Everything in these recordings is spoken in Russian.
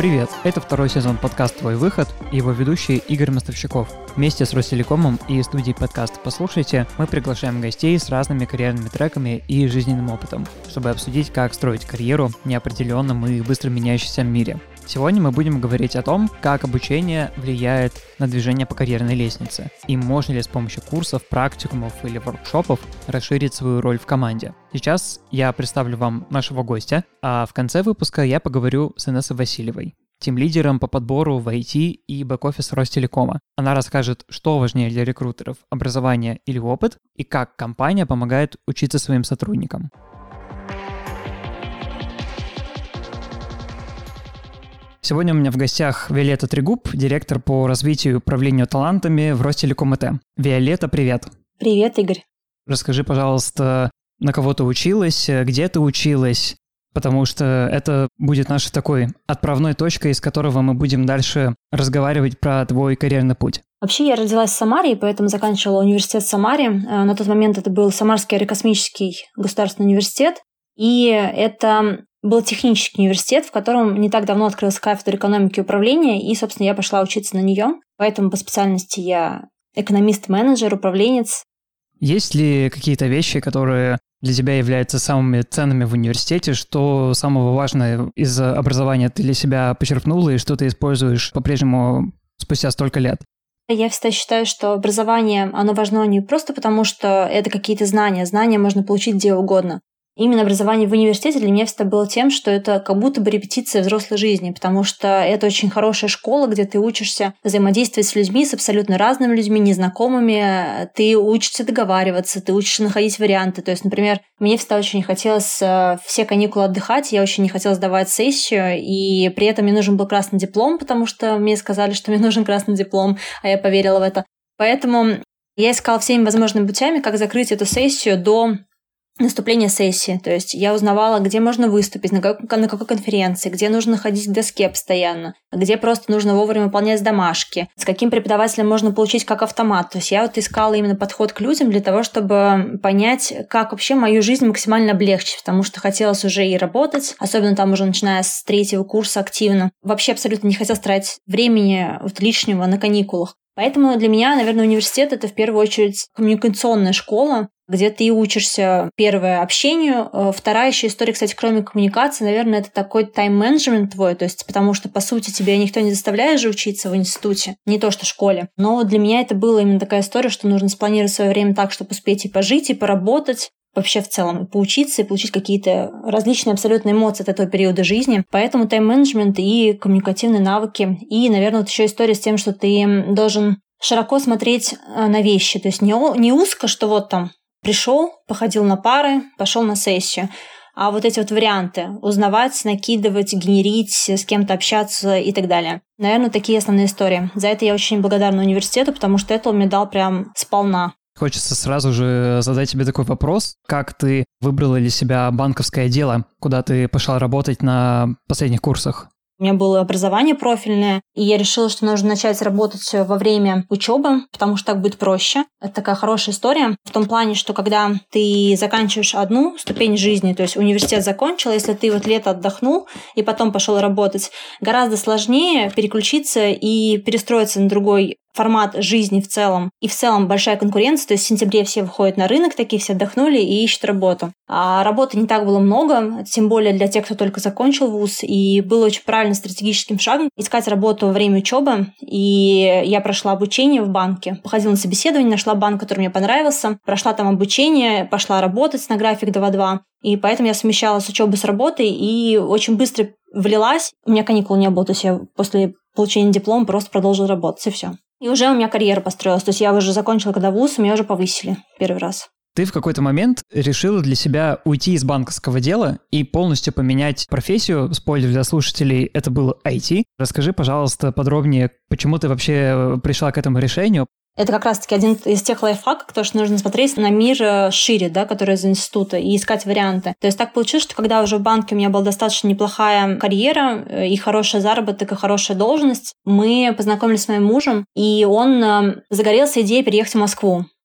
Привет! Это второй сезон подкаста «Твой выход» и его ведущий Игорь Мостовщиков. Вместе с Ростелекомом и студией подкаста «Послушайте» мы приглашаем гостей с разными карьерными треками и жизненным опытом, чтобы обсудить, как строить карьеру в неопределенном и быстро меняющемся мире. Сегодня мы будем говорить о том, как обучение влияет на движение по карьерной лестнице, и можно ли с помощью курсов, практикумов или воркшопов расширить свою роль в команде. Сейчас я представлю вам нашего гостя, а в конце выпуска я поговорю с Инессой Васильевой, тимлидером по подбору в IT и бэк-офис Ростелекома. Она расскажет, что важнее для рекрутеров – образование или опыт, и как компания помогает учиться своим сотрудникам. Сегодня у меня в гостях Виолетта Трегуб, директор по развитию и управлению талантами в Ростелеком ИТ. Виолетта, привет. Привет, Игорь. Расскажи, пожалуйста, на кого ты училась, где ты училась, потому что это будет нашей такой отправной точкой, из которого мы будем дальше разговаривать про твой карьерный путь. Вообще, я родилась в Самаре, поэтому заканчивала университет в Самаре. На тот момент это был Самарский аэрокосмический государственный университет, и это был технический университет, в котором не так давно открылась кафедра экономики и управления, и, собственно, я пошла учиться на нее. Поэтому по специальности я экономист-менеджер, управленец. Есть ли какие-то вещи, которые для тебя являются самыми ценными в университете? Что самого важного из образования ты для себя почерпнула и что ты используешь по-прежнему спустя столько лет? Я всегда считаю, что образование, оно важно не просто потому, что это какие-то знания. Знания можно получить где угодно. Именно образование в университете для меня всегда было тем, что это как будто бы репетиция взрослой жизни, потому что это очень хорошая школа, где ты учишься взаимодействовать с людьми, с абсолютно разными людьми, незнакомыми, ты учишься договариваться, ты учишься находить варианты. То есть, например, мне всегда очень хотелось все каникулы отдыхать, я очень не хотела сдавать сессию, и при этом мне нужен был красный диплом, потому что мне сказали, что мне нужен красный диплом, а я поверила в это. Поэтому я искала всеми возможными путями, как закрыть эту сессию до наступление сессии. То есть я узнавала, где можно выступить, на какой конференции, где нужно ходить к доске постоянно, где просто нужно вовремя выполнять домашки, с каким преподавателем можно получить как автомат. То есть я вот искала именно подход к людям для того, чтобы понять, как вообще мою жизнь максимально облегчить, потому что хотелось уже и работать, особенно там уже начиная с 3-го курса активно. Вообще абсолютно не хотелось тратить времени лишнего на каникулах. Поэтому для меня, наверное, университет — это в первую очередь коммуникационная школа, где ты учишься, первое, общению. Вторая еще история, кстати, кроме коммуникации, наверное, это такой тайм-менеджмент твой, то есть потому что, по сути, тебя никто не заставляет же учиться в институте, не то что в школе. Но для меня это была именно такая история, что нужно спланировать свое время так, чтобы успеть и пожить, и поработать, вообще в целом, и поучиться, и получить какие-то различные абсолютно эмоции от этого периода жизни. Поэтому тайм-менеджмент и коммуникативные навыки. И, наверное, вот еще история с тем, что ты должен широко смотреть на вещи. То есть не узко, что вот там пришел, походил на пары, пошел на сессию. А вот эти вот варианты – узнавать, накидывать, генерить, с кем-то общаться и так далее. Наверное, такие основные истории. За это я очень благодарна университету, потому что это он мне дал прям сполна. Хочется сразу же задать тебе такой вопрос. Как ты выбрала для себя банковское дело, куда ты пошла работать на последних курсах? У меня было образование профильное, и я решила, что нужно начать работать во время учебы, потому что так будет проще. Это такая хорошая история в том плане, что когда ты заканчиваешь одну ступень жизни, то есть университет закончил, если ты вот лето отдохнул и потом пошел работать, гораздо сложнее переключиться и перестроиться на другой формат жизни в целом. И в целом большая конкуренция, то есть в сентябре все выходят на рынок, такие все отдохнули и ищут работу. А работы не так было много, тем более для тех, кто только закончил вуз, и было очень правильным стратегическим шагом искать работу во время учебы. И я прошла обучение в банке, походила на собеседование, нашла банк, который мне понравился, прошла там обучение, пошла работать на график 2-2. И поэтому я совмещала с учебой с работой и очень быстро влилась. У меня каникул не было, то есть я после получения диплома просто продолжила работать, и все. И уже у меня карьера построилась. То есть я уже закончила, когда вуз, меня уже повысили первый раз. Ты в какой-то момент решила для себя уйти из банковского дела и полностью поменять профессию. Спойлер для слушателей, это был IT. Расскажи, пожалуйста, подробнее, почему ты вообще пришла к этому решению. Это как раз-таки один из тех лайфхаков, то, что нужно смотреть на мир шире, да, который из института, и искать варианты. То есть так получилось, что когда уже в банке у меня была достаточно неплохая карьера, и хороший заработок, и хорошая должность, мы познакомились с моим мужем, и он загорелся идеей переехать в Москву.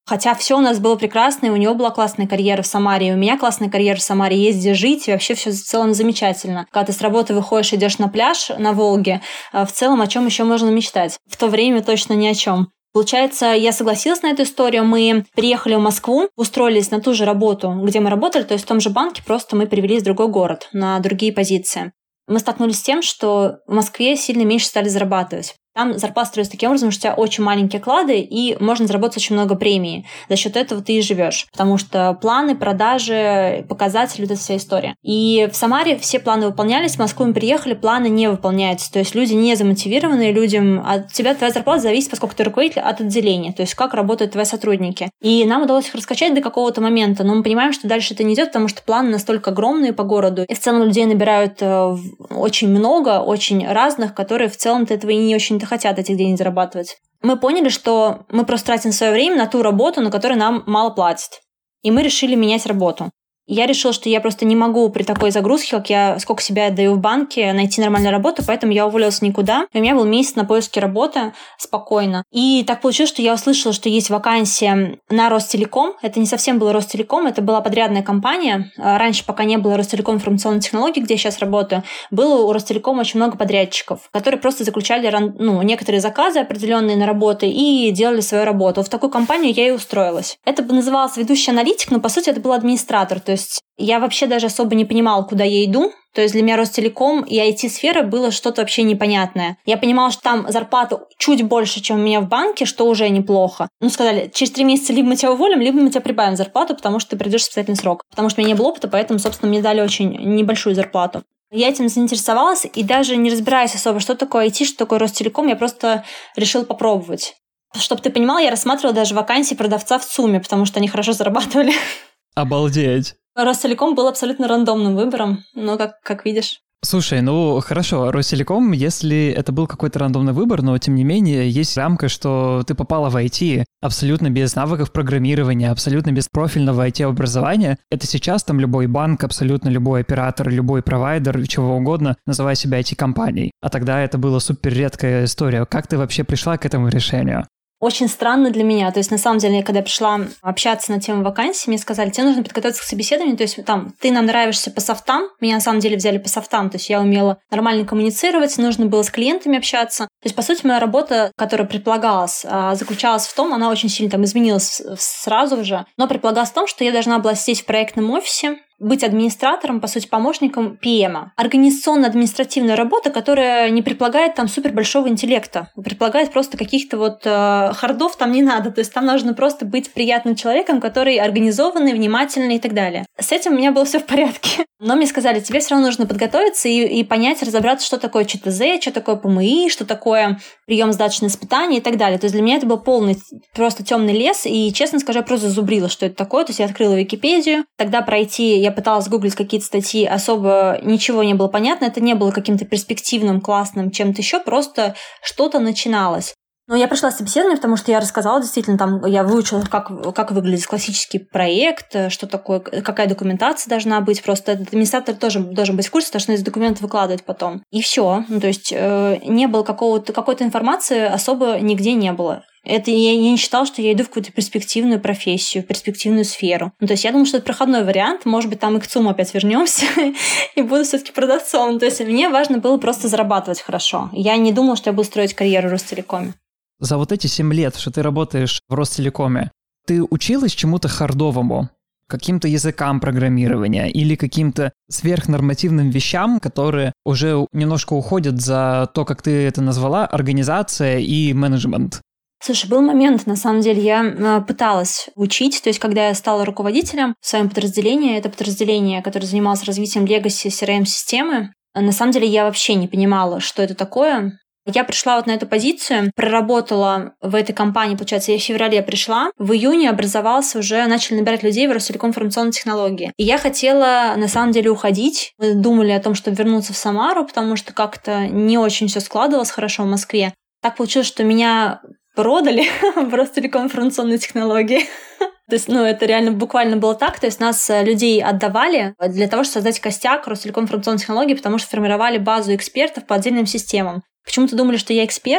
Хотя все у нас было прекрасно, и у него была классная карьера в Самаре, и у меня классная карьера в Самаре, есть где жить, и вообще все в целом замечательно. Когда ты с работы выходишь, идешь на пляж на Волге, в целом о чем еще можно мечтать? В то время точно ни о чем. Получается, я согласилась на эту историю, мы приехали в Москву, устроились на ту же работу, где мы работали, то есть в том же банке, просто мы перевелись в другой город, на другие позиции. Мы столкнулись с тем, что в Москве сильно меньше стали зарабатывать. Там зарплата строится таким образом, что у тебя очень маленькие оклады, и можно заработать очень много премии. За счет этого ты и живешь. Потому что планы, продажи, показатели, вот эта вся история. И в Самаре все планы выполнялись, в Москву мы приехали, планы не выполняются. То есть люди не замотивированы, людям от тебя твоя зарплата зависит, поскольку ты руководитель, от отделения. То есть как работают твои сотрудники. И нам удалось их раскачать до какого-то момента, но мы понимаем, что дальше это не идет, потому что планы настолько огромные по городу. И в целом людей набирают очень много, очень разных, которые в целом-то этого и не очень-то хотят этих денег зарабатывать. Мы поняли, что мы просто тратим свое время на ту работу, на которой нам мало платят. И мы решили менять работу. Я решила, что я просто не могу при такой загрузке, как я сколько себя отдаю в банке, найти нормальную работу, поэтому я уволилась никуда. И у меня был месяц на поиске работы спокойно. И так получилось, что я услышала, что есть вакансия на Ростелеком. Это не совсем был Ростелеком, это была подрядная компания. Раньше, пока не было Ростелеком информационной технологии, где я сейчас работаю, было у Ростелекома очень много подрядчиков, которые просто заключали некоторые заказы определенные на работы и делали свою работу. В такую компанию я и устроилась. Это бы называлось ведущий аналитик, но по сути это был администратор. То есть я вообще даже особо не понимала, куда я иду. То есть для меня Ростелеком и IT-сфера было что-то вообще непонятное. Я понимала, что там зарплата чуть больше, чем у меня в банке, что уже неплохо. Сказали, через 3 месяца либо мы тебя уволим, либо мы тебя прибавим зарплату, потому что ты придешь в испытательный срок. Потому что у меня не было опыта, поэтому, собственно, мне дали очень небольшую зарплату. Я этим заинтересовалась, и даже не разбираясь особо, что такое IT, что такое Ростелеком, я просто решила попробовать. Чтобы ты понимала, я рассматривала даже вакансии продавца в ЦУМе, потому что они хорошо зарабатывали. Обалдеть. Ростелеком был абсолютно рандомным выбором, но как видишь. Слушай, хорошо, Ростелеком, если это был какой-то рандомный выбор, но тем не менее есть рамка, что ты попала в IT абсолютно без навыков программирования, абсолютно без профильного IT-образования. Это сейчас там любой банк, абсолютно любой оператор, любой провайдер, чего угодно, называя себя IT-компанией. А тогда это была супер редкая история. Как ты вообще пришла к этому решению? Очень странно для меня. То есть, на самом деле, когда я пришла общаться на тему вакансий, мне сказали, тебе нужно подготовиться к собеседованию, то есть, ты нам нравишься по софтам, меня на самом деле взяли по софтам, то есть, я умела нормально коммуницировать, нужно было с клиентами общаться. То есть, по сути, моя работа, которая предполагалась, заключалась в том, она очень сильно там изменилась сразу же, но предполагалась в том, что я должна была сидеть в проектном офисе, быть администратором, по сути, помощником PM. Организационно-административная работа, которая не предполагает там супер большого интеллекта, предполагает просто каких-то хардов там не надо, то есть там нужно просто быть приятным человеком, который организованный, внимательный и так далее. С этим у меня было все в порядке. Но мне сказали, тебе все равно нужно подготовиться и понять, разобраться, что такое ЧТЗ, что такое ПМИ, что такое прием сдачи на испытания и так далее. То есть для меня это был полный просто темный лес, и, честно скажу, я просто зазубрила, что это такое. То есть я открыла Википедию, тогда я пыталась гуглить какие-то статьи, особо ничего не было понятно, это не было каким-то перспективным, классным, чем-то еще, просто что-то начиналось. Но я пришла с собеседования, потому что я рассказала, действительно, там я выучила, как выглядит классический проект, что такое, какая документация должна быть. Просто администратор тоже должен быть в курсе, потому что из документов выкладывать потом. И все. То есть не было какой-то информации, особо нигде не было. Это я не считала, что я иду в какую-то перспективную профессию, перспективную сферу. То есть я думала, что это проходной вариант. Может быть, там и к ЦУМу опять вернемся и буду все-таки продавцом. То есть мне важно было просто зарабатывать хорошо. Я не думала, что я буду строить карьеру в Ростелекоме. За вот эти 7 лет, что ты работаешь в Ростелекоме, ты училась чему-то хардовому? Каким-то языкам программирования или каким-то сверхнормативным вещам, которые уже немножко уходят за то, как ты это назвала, организация и менеджмент? Слушай, был момент, на самом деле, я пыталась учить, то есть когда я стала руководителем в своем подразделении, это подразделение, которое занималось развитием Legacy CRM-системы, на самом деле я вообще не понимала, что это такое. Я пришла на эту позицию, проработала в этой компании, получается, я в феврале пришла, в июне начали набирать людей в Ростелеком информационной технологии. И я хотела, на самом деле, уходить. Мы думали о том, чтобы вернуться в Самару, потому что как-то не очень все складывалось хорошо в Москве. Так получилось, что меня продали в Ростелеком информационной технологии. То есть, это реально буквально было так. То есть нас людей отдавали для того, чтобы создать костяк Ростелеком информационной технологии, потому что формировали базу экспертов по отдельным системам. Почему-то думали, что я эксперт,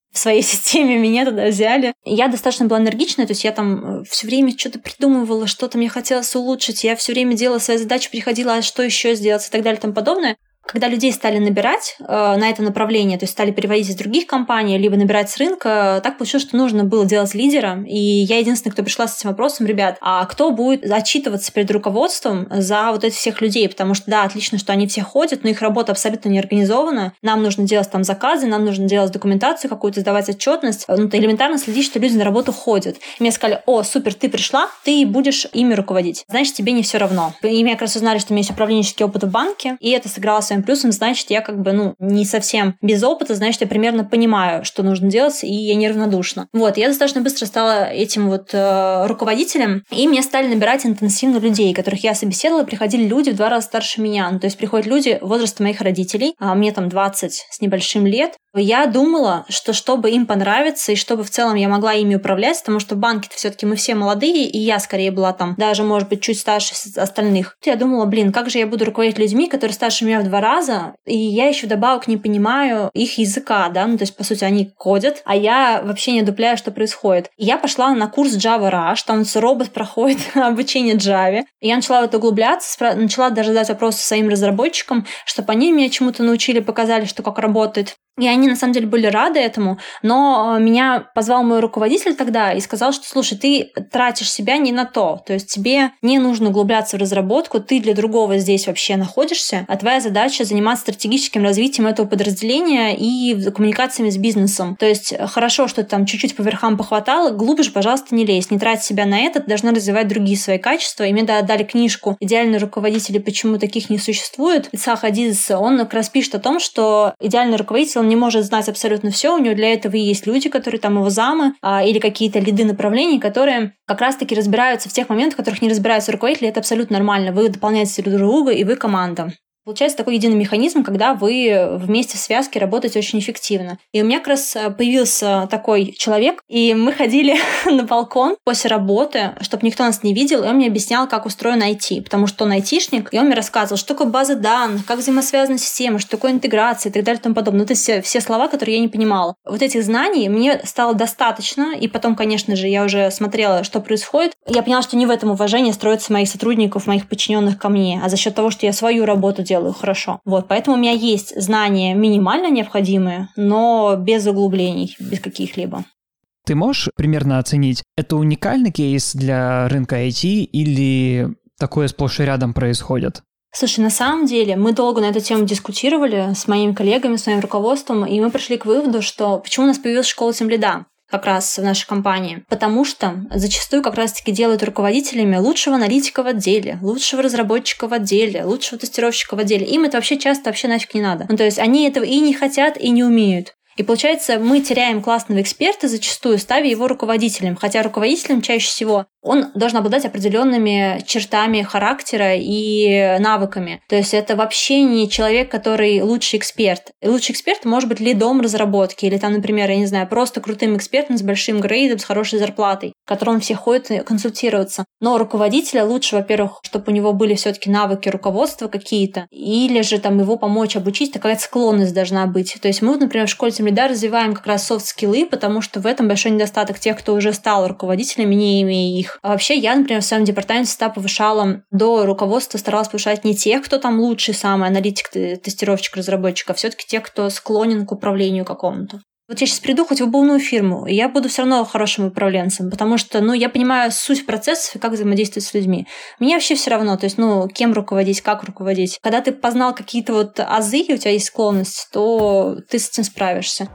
в своей системе меня туда взяли. Я достаточно была энергичная, то есть я там все время что-то придумывала, что-то мне хотелось улучшить, я все время делала свои задачи, приходила, а что еще сделать и так далее и тому подобное. Когда людей стали набирать на это направление, то есть стали переводить из других компаний, либо набирать с рынка, так получилось, что нужно было делать лидера. И я единственная, кто пришла с этим вопросом: ребят, а кто будет отчитываться перед руководством за вот этих всех людей? Потому что, да, отлично, что они все ходят, но их работа абсолютно не организована. Нам нужно делать там заказы, нам нужно делать документацию какую-то, сдавать отчетность. Ну, элементарно следить, что люди на работу ходят. И мне сказали: о, супер, ты пришла, ты будешь ими руководить. Значит, тебе не все равно. И меня как раз узнали, что у меня есть управленческий опыт в банке, и это сыграло своим плюсом, значит, я не совсем без опыта, значит, я примерно понимаю, что нужно делать, и я неравнодушна. Я достаточно быстро стала этим руководителем, и мне стали набирать интенсивно людей, которых я собеседовала. Приходили люди в 2 раза старше меня, то есть приходят люди возраста моих родителей, а мне там 20 с небольшим лет. Я думала, что чтобы им понравиться и чтобы в целом я могла ими управлять, потому что в банке-то все-таки мы все молодые, и я скорее была там даже, может быть, чуть старше остальных. Я думала, как же я буду руководить людьми, которые старше меня в 2 раза, и я еще вдобавок не понимаю их языка, да, то есть, по сути, они кодят, а я вообще не дупляю, что происходит. И я пошла на курс Java Rush, там робот проходит обучение Java, и я начала в это углубляться, начала даже задать вопросы своим разработчикам, чтобы они меня чему-то научили, показали, что как работает. И они, на самом деле, были рады этому, но меня позвал мой руководитель тогда и сказал, что, слушай, ты тратишь себя не на то есть тебе не нужно углубляться в разработку, ты для другого здесь вообще находишься, а твоя задача заниматься стратегическим развитием этого подразделения и коммуникациями с бизнесом. То есть хорошо, что ты там чуть-чуть по верхам похватала, глубже, пожалуйста, не лезь, не трать себя на это, ты должна развивать другие свои качества. И мне дали книжку «Идеальные руководители. Почему таких не существует». Ицхак Адизес, он как раз пишет о том, что идеальный руководитель, он не может знать абсолютно все, у него для этого и есть люди, которые там его замы или какие-то лиды направлений, которые как раз-таки разбираются в тех моментах, в которых не разбираются руководители, это абсолютно нормально. Вы дополняете друг друга, и вы команда. Получается такой единый механизм, когда вы вместе в связке работаете очень эффективно. И у меня как раз появился такой человек, и мы ходили на балкон после работы, чтобы никто нас не видел, и он мне объяснял, как устроен IT, потому что он айтишник, и он мне рассказывал, что такое база данных, как взаимосвязана система, что такое интеграция и так далее и тому подобное. Это все слова, которые я не понимала. Вот этих знаний мне стало достаточно, и потом, конечно же, я уже смотрела, что происходит. Я поняла, что не в этом уважении строятся моих сотрудников, моих подчиненных ко мне, а за счет того, что я свою работу делаю хорошо. Поэтому у меня есть знания минимально необходимые, но без углублений, без каких-либо. Ты можешь примерно оценить, это уникальный кейс для рынка IT или такое сплошь и рядом происходит? Слушай, на самом деле мы долго на эту тему дискутировали с моими коллегами, с моим руководством, и мы пришли к выводу, что почему у нас появилась школа тимлида как раз в нашей компании. Потому что зачастую как раз-таки делают руководителями лучшего аналитика в отделе, лучшего разработчика в отделе, лучшего тестировщика в отделе. Им это вообще часто нафиг не надо. То есть они этого и не хотят, и не умеют. И получается, мы теряем классного эксперта зачастую, ставя его руководителем. Хотя руководителем чаще всего он должен обладать определенными чертами характера и навыками. То есть это вообще не человек, который лучший эксперт. И лучший эксперт может быть лидом разработки или там, например, я не знаю, просто крутым экспертом с большим грейдом, с хорошей зарплатой, к которому все ходят консультироваться. Но руководителя лучше, во-первых, чтобы у него были все-таки навыки руководства какие-то, или же там его помочь обучить, такая склонность должна быть. То есть мы, например, в школе тимлида развиваем как раз софт-скиллы, потому что в этом большой недостаток тех, кто уже стал руководителями, не имея их. А вообще я, например, в своем департаменте всегда повышала до руководства, старалась повышать не тех, кто там лучший самый аналитик, тестировщик, разработчик, а все-таки тех, кто склонен к управлению какому-то. Я сейчас приду хоть в любую фирму, и я буду все равно хорошим управленцем, потому что, я понимаю суть процессов и как взаимодействовать с людьми. Мне вообще все равно, то есть, кем руководить, как руководить. Когда ты познал какие-то азы, и у тебя есть склонность, то ты с этим справишься.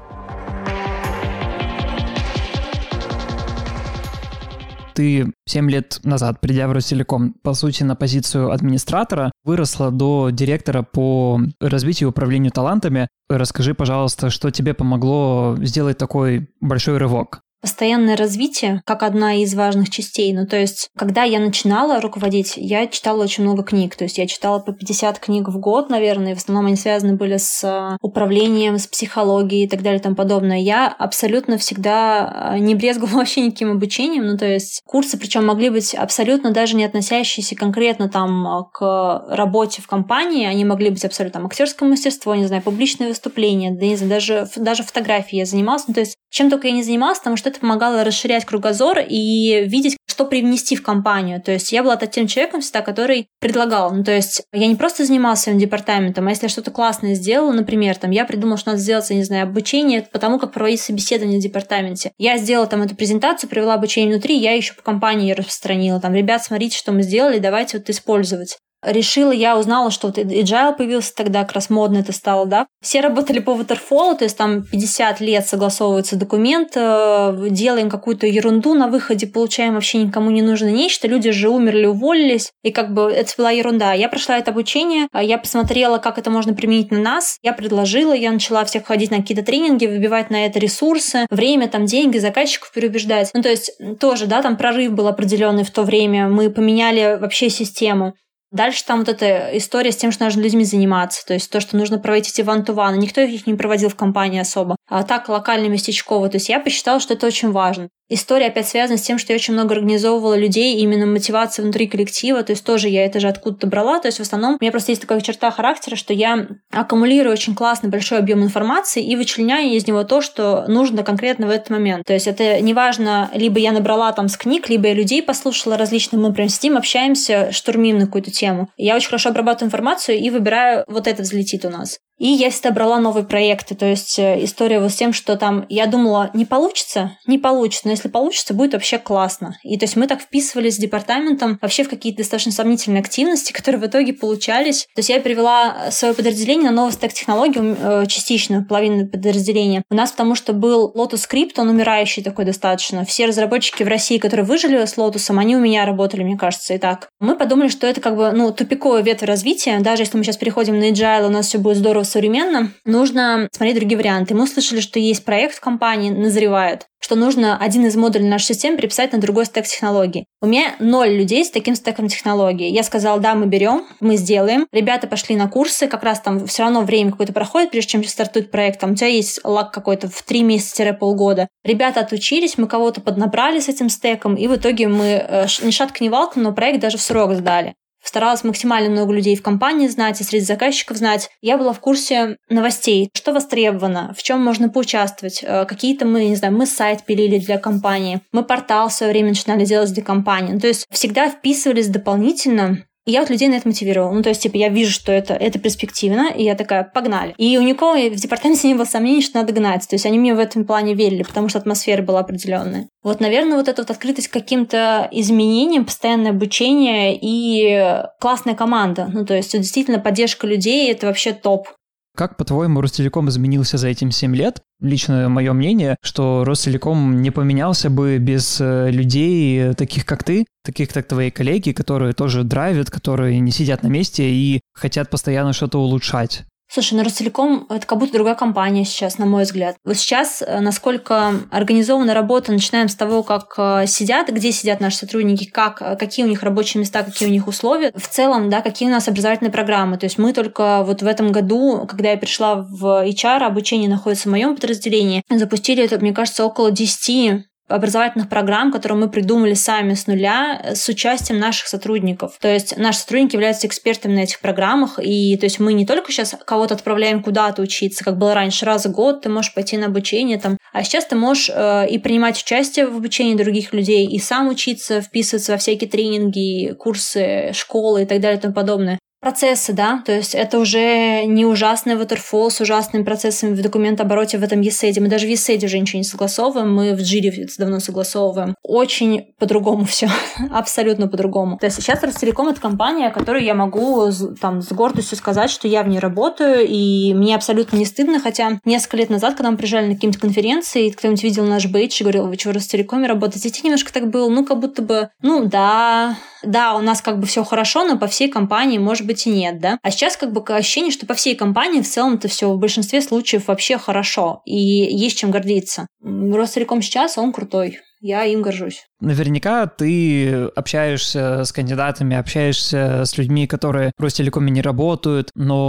Ты 7 лет назад, придя в Ростелеком, по сути, на позицию администратора, выросла до директора по развитию и управлению талантами. Расскажи, пожалуйста, что тебе помогло сделать такой большой рывок? постоянное развитие как одна из важных частей. Ну, то есть, когда я начинала руководить, я читала очень много книг. То есть, я читала по 50 книг в год, наверное, и в основном они связаны были с управлением, с психологией и так далее и тому подобное. Я абсолютно всегда не брезговала вообще никаким обучением. Ну, то есть, курсы, причем могли быть абсолютно даже не относящиеся конкретно там к работе в компании. Они могли быть абсолютно там актерское мастерство, не знаю, публичные выступления, да, не знаю, даже фотографией я занималась. Ну, то есть, чем только я не занималась, потому что это помогало расширять кругозор и видеть, что привнести в компанию. То есть я была тем человеком всегда, который предлагал. Ну, то есть я не просто занималась своим департаментом, а если я что-то классное сделала, например, там, я придумала, что надо сделать, я не знаю, обучение по тому, как проводить собеседование в департаменте. Я сделала там эту презентацию, провела обучение внутри, я еще по компании ее распространила. Там, ребят, смотрите, что мы сделали, давайте вот использовать. Решила, я узнала, что вот Agile появился тогда, как раз модно это стало, да. Все работали по waterfall, то есть там 50 лет согласовывается документ, делаем какую-то ерунду на выходе, получаем вообще никому не нужное нечто, люди же умерли, уволились, и как бы это была ерунда. Я прошла это обучение, я посмотрела, как это можно применить на нас, я предложила, я начала всех ходить на какие-то тренинги, выбивать на это ресурсы, время, там, деньги, заказчиков переубеждать. Ну, то есть тоже, да, там прорыв был определенный в то время, мы поменяли вообще систему. Дальше там вот эта история с тем, что нужно людьми заниматься, то есть то, что нужно проводить эти one-to-one. Никто их не проводил в компании особо, а так локально, местечково. То есть я посчитала, что это очень важно. История опять связана с тем, что я очень много организовывала людей, именно мотивация внутри коллектива, то есть тоже я это же откуда-то брала, то есть в основном у меня просто есть такая черта характера, что я аккумулирую очень классный большой объем информации и вычленяю из него то, что нужно конкретно в этот момент. То есть это неважно, либо я набрала там с книг, либо я людей послушала различных, мы прям сидим, общаемся, штурмим на какую-то тему. Я очень хорошо обрабатываю информацию и выбираю, вот это взлетит у нас. И я всегда брала новые проекты, то есть история вот с тем, что там я думала, не получится, но если получится, будет вообще классно. И то есть мы так вписывались с департаментом вообще в какие-то достаточно сомнительные активности, которые в итоге получались. То есть я перевела свое подразделение на новый стек технологий, частично, половину подразделения. У нас потому что был Lotus Script, он умирающий такой достаточно. Все разработчики в России, которые выжили с Lotus, они у меня работали, мне кажется, и так. Мы подумали, что это как бы, тупиковая ветвь развития. Даже если мы сейчас переходим на Agile, у нас все будет здорово современно, нужно смотреть другие варианты. Мы услышали, что есть проект в компании, назревает, что нужно один из модулей нашей системы переписать на другой стек технологий. У меня 0 людей с таким стеком технологий. Я сказала, да, мы берем, мы сделаем. Ребята пошли на курсы, как раз там все равно время какое-то проходит, прежде чем стартует проект. Там у тебя есть лаг какой-то в 3 месяца-полгода. Ребята отучились, мы кого-то поднабрали с этим стеком, и в итоге мы ни шатка, ни валка, но проект даже в срок сдали. Старалась максимально много людей в компании знать и среди заказчиков знать. Я была в курсе новостей, что востребовано, в чем можно поучаствовать. Какие-то мы сайт пилили для компании, мы портал в свое время начинали делать для компании. То есть всегда вписывались дополнительно. И я вот людей на это мотивировала. То есть, я вижу, что это перспективно, и я такая, погнали. И у никого в департаменте не было сомнений, что надо гнать. То есть, они мне в этом плане верили, потому что атмосфера была определенная. Вот, наверное, вот эта вот открытость к каким-то изменениям, постоянное обучение и классная команда. То есть, действительно, поддержка людей — это вообще топ. Как, по-твоему, Ростелеком изменился за этим 7 лет? Лично мое мнение, что Ростелеком не поменялся бы без людей, таких как ты, таких как твои коллеги, которые тоже драйвят, которые не сидят на месте и хотят постоянно что-то улучшать. Слушай, Ростелеком — это как будто другая компания сейчас, на мой взгляд. Вот сейчас, насколько организована работа, начинаем с того, как сидят, где сидят наши сотрудники, какие у них рабочие места, какие у них условия. В целом, да, какие у нас образовательные программы. То есть мы только вот в этом году, когда я пришла в HR, обучение находится в моем подразделении, запустили это, мне кажется, около 10 образовательных программ, которые мы придумали сами с нуля с участием наших сотрудников. То есть наши сотрудники являются экспертами на этих программах, и то есть мы не только сейчас кого-то отправляем куда-то учиться, как было раньше, раз в год ты можешь пойти на обучение, а сейчас ты можешь и принимать участие в обучении других людей, и сам учиться, вписываться во всякие тренинги, курсы, школы и так далее и тому подобное. Процессы, да, то есть это уже не ужасный waterfall с ужасными процессами в документообороте в этом ESED. Мы даже в ESED уже ничего не согласовываем, мы в Jira давно согласовываем. Очень по-другому все, абсолютно по-другому. То есть сейчас Ростелеком — это компания, которую я могу с гордостью сказать, что я в ней работаю, и мне абсолютно не стыдно, хотя несколько лет назад, когда мы приезжали на какие-то конференции, и кто-нибудь видел наш бейдж и говорил, вы что, в Ростелекоме работаете? И немножко так было, как будто бы, да, у нас как бы все хорошо, но по всей компании, может быть, быть и нет, да. А сейчас как бы ощущение, что по всей компании в целом-то все в большинстве случаев вообще хорошо, и есть чем гордиться. Ростелеком сейчас, он крутой. Я им горжусь. Наверняка ты общаешься с кандидатами, общаешься с людьми, которые в Ростелекоме не работают,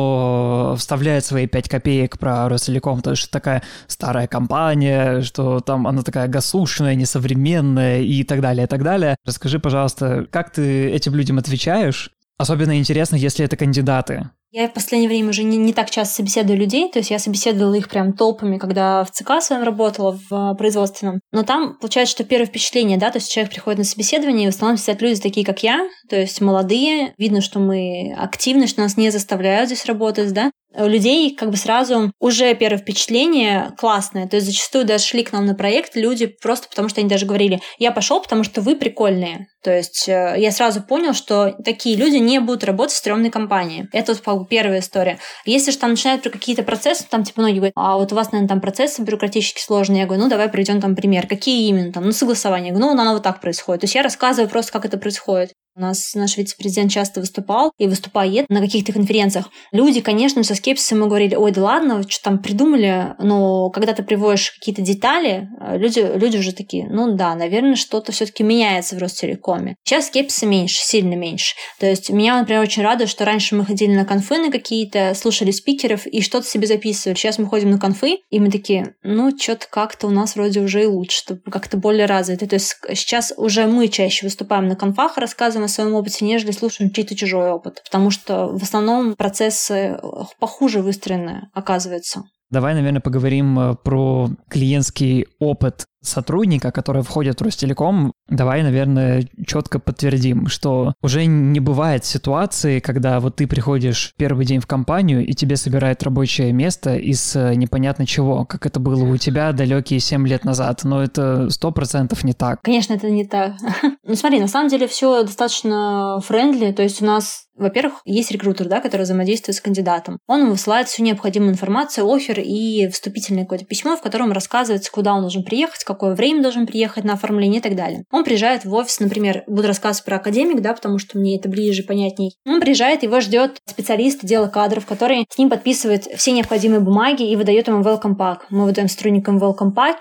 но вставляют свои 5 копеек про Ростелеком, потому что такая старая компания, что там она такая госушлая, несовременная и так далее, и так далее. Расскажи, пожалуйста, как ты этим людям отвечаешь? Особенно интересно, если это кандидаты. Я в последнее время уже не так часто собеседую людей, то есть я собеседовала их прям толпами, когда в ЦК своем работала, в производственном. Но там получается, что первое впечатление, да, то есть человек приходит на собеседование, и в основном сидят люди такие, как я, то есть молодые, видно, что мы активны, что нас не заставляют здесь работать, да. У людей как бы сразу уже первое впечатление классное. То есть зачастую даже шли к нам на проект люди просто потому, что они даже говорили, я пошел, потому что вы прикольные. То есть я сразу понял, что такие люди не будут работать в стрёмной компании. Это вот как бы первая история. Если же там начинают про какие-то процессы, там типа многие говорят, а вот у вас, наверное, там процессы бюрократически сложные. Я говорю, ну давай приведем там пример. Какие именно там? Ну согласование. Я говорю, ну оно вот так происходит. То есть я рассказываю просто, как это происходит. У нас наш вице-президент часто выступал и выступает на каких-то конференциях. Люди, конечно, со скепсисом мы говорили, ой, да ладно, что там придумали, но когда ты приводишь какие-то детали, люди уже такие, ну да, наверное, что-то все-таки меняется в Ростелекоме. Сейчас скепсиса меньше, сильно меньше. То есть меня, например, очень радует, что раньше мы ходили на конфы на какие-то, слушали спикеров и что-то себе записывали. Сейчас мы ходим на конфы, и мы такие, ну, что-то как-то у нас вроде уже и лучше, как-то более развито. То есть сейчас уже мы чаще выступаем на конфах, рассказываем о своем опыте, нежели слушаем чей-то чужой опыт. Потому что в основном процессы похуже выстроены, оказывается. Давай, наверное, поговорим про клиентский опыт сотрудника, который входит в Ростелеком. Давай, наверное, четко подтвердим, что уже не бывает ситуации, когда вот ты приходишь первый день в компанию, и тебе собирают рабочее место из непонятно чего, как это было у тебя далекие 7 лет назад. Но это 100% не так. Конечно, это не так. Ну смотри, на самом деле все достаточно френдли, то есть у нас, во-первых, есть рекрутер, да, который взаимодействует с кандидатом. Он высылает всю необходимую информацию, оффер и вступительное какое-то письмо, в котором рассказывается, куда он должен приехать, в какое время должен приехать на оформление и так далее. Он приезжает в офис, например, буду рассказывать про академик, да, потому что мне это ближе, понятней. Он приезжает, его ждет специалист отдела кадров, который с ним подписывает все необходимые бумаги и выдает ему welcome pack. Мы выдаем сотрудникам welcome pack,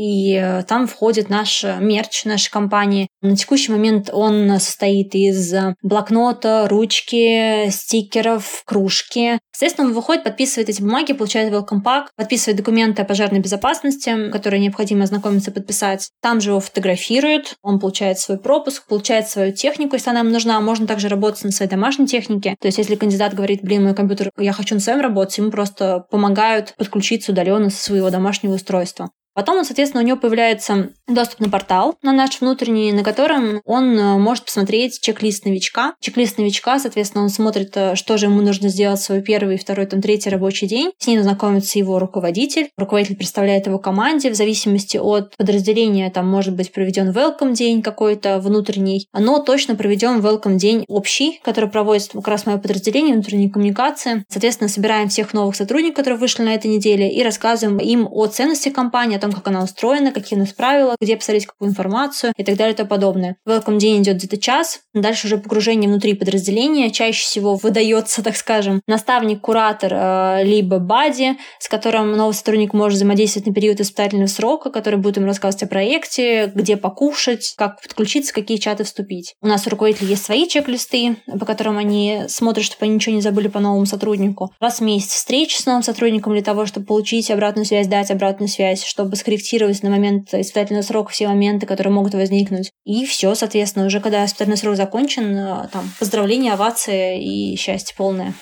и там входит наш мерч нашей компании. На текущий момент он состоит из блокнота, ручки, стикеров, кружки. Соответственно, он выходит, подписывает эти бумаги, получает welcome pack, подписывает документы о пожарной безопасности, которые необходимо ознакомиться, подписать. Там же его фотографируют, он получает свой пропуск, получает свою технику, если она ему нужна. Можно также работать на своей домашней технике. То есть, если кандидат говорит, блин, мой компьютер, я хочу на своем работать, ему просто помогают подключиться удаленно со своего домашнего устройства. Потом, соответственно, у него появляется доступ на портал, на наш внутренний, на котором он может посмотреть чек-лист новичка. Чек-лист новичка, соответственно, он смотрит, что же ему нужно сделать в свой первый, второй, третий рабочий день. С ним знакомится его руководитель. Руководитель представляет его команде. В зависимости от подразделения, там может быть проведен welcome день какой-то внутренний, но точно проведем welcome день общий, который проводит как раз мое подразделение, внутренние коммуникации. Соответственно, собираем всех новых сотрудников, которые вышли на этой неделе, и рассказываем им о ценности компании, о том, как она устроена, какие у нас правила, где посмотреть какую информацию и так далее и тому подобное. Welcome день идет где-то час. Дальше уже погружение внутри подразделения. Чаще всего выдается, так скажем, наставник, куратор, либо бадди, с которым новый сотрудник может взаимодействовать на период испытательного срока, который будет им рассказывать о проекте, где покушать, как подключиться, какие чаты вступить. У нас у руководителей есть свои чек-листы, по которым они смотрят, чтобы они ничего не забыли по новому сотруднику. Раз в месяц встречи с новым сотрудником для того, чтобы получить обратную связь, дать обратную связь, чтобы скорректировать на момент испытательного срока все моменты, которые могут возникнуть. И все, соответственно, уже когда испытательный срок закончен, там, поздравления, овации и счастье полное.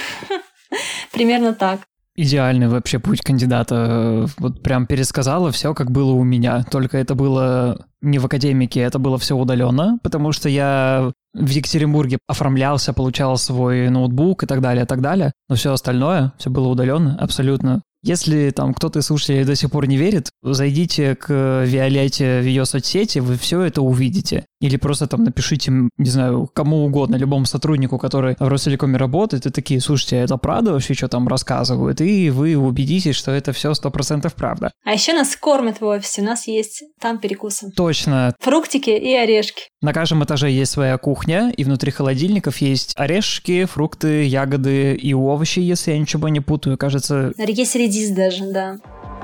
Примерно так. Идеальный вообще путь кандидата. Вот прям пересказала все, как было у меня. Только это было не в академике, это было все удаленно, потому что я в Екатеринбурге оформлялся, получал свой ноутбук и так далее, и так далее. Но все остальное, все было удаленно, абсолютно. Если там кто-то из слушателей до сих пор не верит, зайдите к Виолетте в ее соцсети, вы все это увидите. Или просто там напишите, не знаю, кому угодно, любому сотруднику, который в Ростелекоме работает, и такие, слушайте, это правда вообще, что там рассказывают? И вы убедитесь, что это все 100% правда. А еще нас кормят в офисе, у нас есть там перекусы. Точно. Фруктики и орешки. На каждом этаже есть своя кухня, и внутри холодильников есть орешки, фрукты, ягоды и овощи, если я ничего не путаю, кажется. Есть редис даже, да.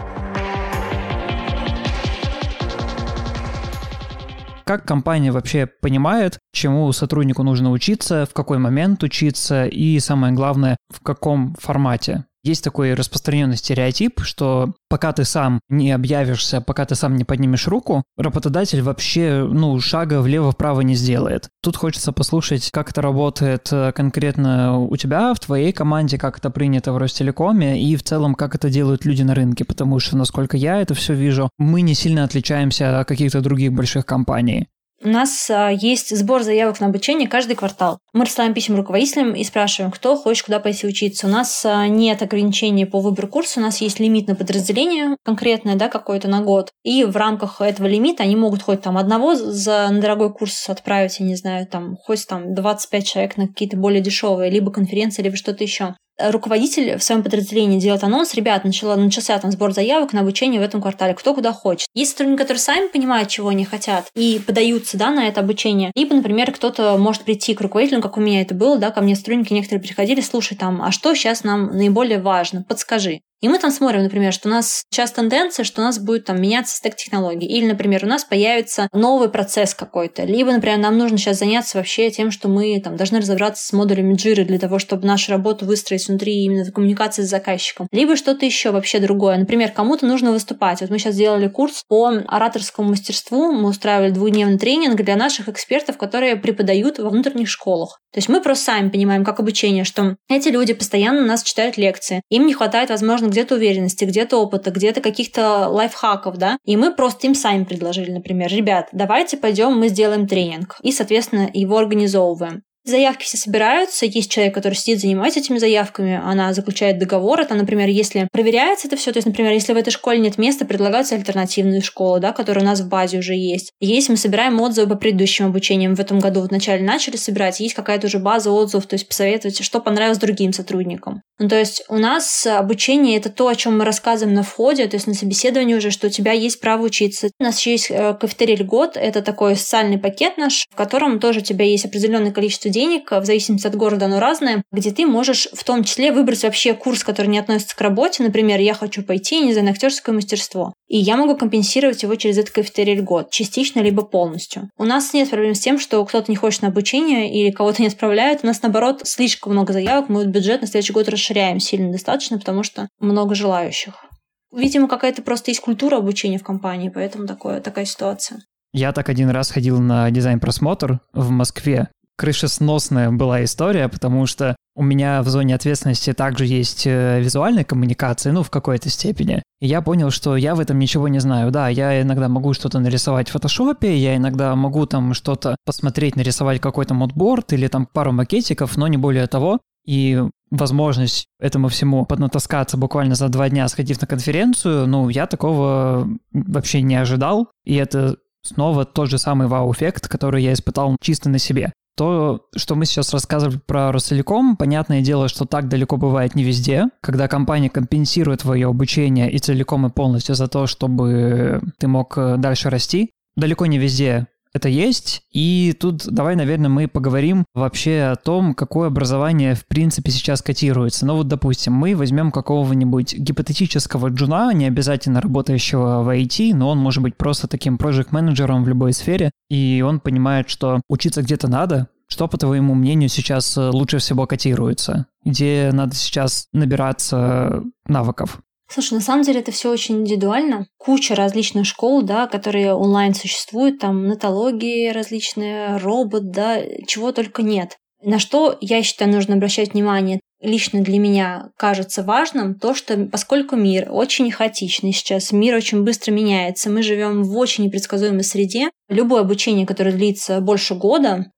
Как компания вообще понимает, чему сотруднику нужно учиться, в какой момент учиться и, самое главное, в каком формате? Есть такой распространенный стереотип, что пока ты сам не объявишься, пока ты сам не поднимешь руку, работодатель вообще, шага влево-вправо не сделает. Тут хочется послушать, как это работает конкретно у тебя, в твоей команде, как это принято в Ростелекоме и в целом, как это делают люди на рынке, потому что, насколько я это все вижу, мы не сильно отличаемся от каких-то других больших компаний. У нас есть сбор заявок на обучение каждый квартал. Мы рассылаем письма руководителям и спрашиваем, кто хочет куда пойти учиться. У нас нет ограничений по выбору курса, у нас есть лимит на подразделение конкретное, какое-то на год. И в рамках этого лимита они могут хоть одного на дорогой курс отправить, я не знаю, хоть 25 человек на какие-то более дешевые, либо конференции, либо что-то еще. Руководитель в своем подразделении делает анонс: ребят, начался сбор заявок на обучение в этом квартале, кто куда хочет. Есть сотрудники, которые сами понимают, чего они хотят, и подаются на это обучение. Либо, например, кто-то может прийти к руководителю, как у меня это было, ко мне сотрудники некоторые приходили: слушай, а что сейчас нам наиболее важно, подскажи. И мы смотрим, например, что у нас сейчас тенденция, что у нас будет меняться стек технологий. Или, например, у нас появится новый процесс какой-то. Либо, например, нам нужно сейчас заняться вообще тем, что мы должны разобраться с модулями Jira для того, чтобы нашу работу выстроить внутри именно коммуникации с заказчиком. Либо что-то еще вообще другое. Например, кому-то нужно выступать. Мы сейчас делали курс по ораторскому мастерству. Мы устраивали 2-дневный тренинг для наших экспертов, которые преподают во внутренних школах. То есть мы просто сами понимаем, как обучение, что эти люди постоянно нас читают лекции. Им не хватает, возможно, где-то уверенности, где-то опыта, где-то каких-то лайфхаков, И мы просто им сами предложили, например: ребят, давайте пойдем, мы сделаем тренинг. И, соответственно, его организовываем. Заявки все собираются, есть человек, который сидит, занимается этими заявками, она заключает договор. Это, например, если проверяется это все, то есть, например, если в этой школе нет места, предлагаются альтернативные школы, которые у нас в базе уже есть. Есть, мы собираем отзывы по предыдущим обучениям. В этом году вначале начали собирать, есть какая-то уже база отзывов, то есть посоветовать, что понравилось другим сотрудникам. То есть у нас обучение — это то, о чем мы рассказываем на входе, то есть на собеседовании уже, что у тебя есть право учиться. У нас еще есть кафетерий льгот, это такой социальный пакет наш, в котором тоже у тебя есть определенное количество денег, в зависимости от города оно разное, где ты можешь в том числе выбрать вообще курс, который не относится к работе. Например, я хочу пойти, не знаю, на актерское мастерство. И я могу компенсировать его через этот кафетерий льгот, частично либо полностью. У нас нет проблем с тем, что кто-то не хочет на обучение или кого-то не отправляют. У нас, наоборот, слишком много заявок. Мы бюджет на следующий год расширяем сильно достаточно, потому что много желающих. Видимо, какая-то просто есть культура обучения в компании, поэтому такая ситуация. Я так один раз ходил на дизайн-просмотр в Москве. Крышесносная была история, потому что у меня в зоне ответственности также есть визуальная коммуникация, в какой-то степени. И я понял, что я в этом ничего не знаю. Да, я иногда могу что-то нарисовать в фотошопе, я иногда могу что-то посмотреть, нарисовать какой-то модборд или пару макетиков, но не более того. И возможность этому всему поднатаскаться буквально за 2 дня, сходив на конференцию, я такого вообще не ожидал. И это снова тот же самый вау-эффект, который я испытал чисто на себе. То, что мы сейчас рассказывали про Ростелеком, понятное дело, что так далеко бывает не везде, когда компания компенсирует твое обучение и целиком и полностью за то, чтобы ты мог дальше расти. Далеко не везде это есть. И тут давай, наверное, мы поговорим вообще о том, какое образование в принципе сейчас котируется. Допустим, мы возьмем какого-нибудь гипотетического джуна, не обязательно работающего в IT, но он может быть просто таким проект-менеджером в любой сфере, и он понимает, что учиться где-то надо. Что, по твоему мнению, сейчас лучше всего котируется? Где надо сейчас набираться навыков? Слушай, на самом деле это все очень индивидуально. Куча различных школ, которые онлайн существуют, нотологии различные, робот, чего только нет. На что, я считаю, нужно обращать внимание. Лично для меня кажется важным то, что поскольку мир очень хаотичный сейчас, мир очень быстро меняется, мы живем в очень непредсказуемой среде, любое обучение, которое длится больше года,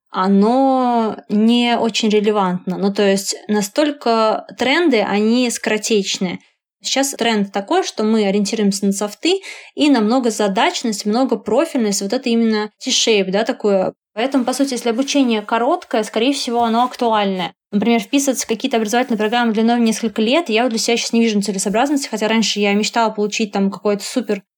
оно не очень релевантно. То есть настолько тренды, они скоротечные. Сейчас тренд такой, что мы ориентируемся на софты и на многозадачность, многопрофильность, это именно T-shape, такое. Поэтому, по сути, если обучение короткое, скорее всего, оно актуальное. Например, вписываться в какие-то образовательные программы длиной в несколько лет, я для себя сейчас не вижу целесообразности, хотя раньше я мечтала получить какое-то супер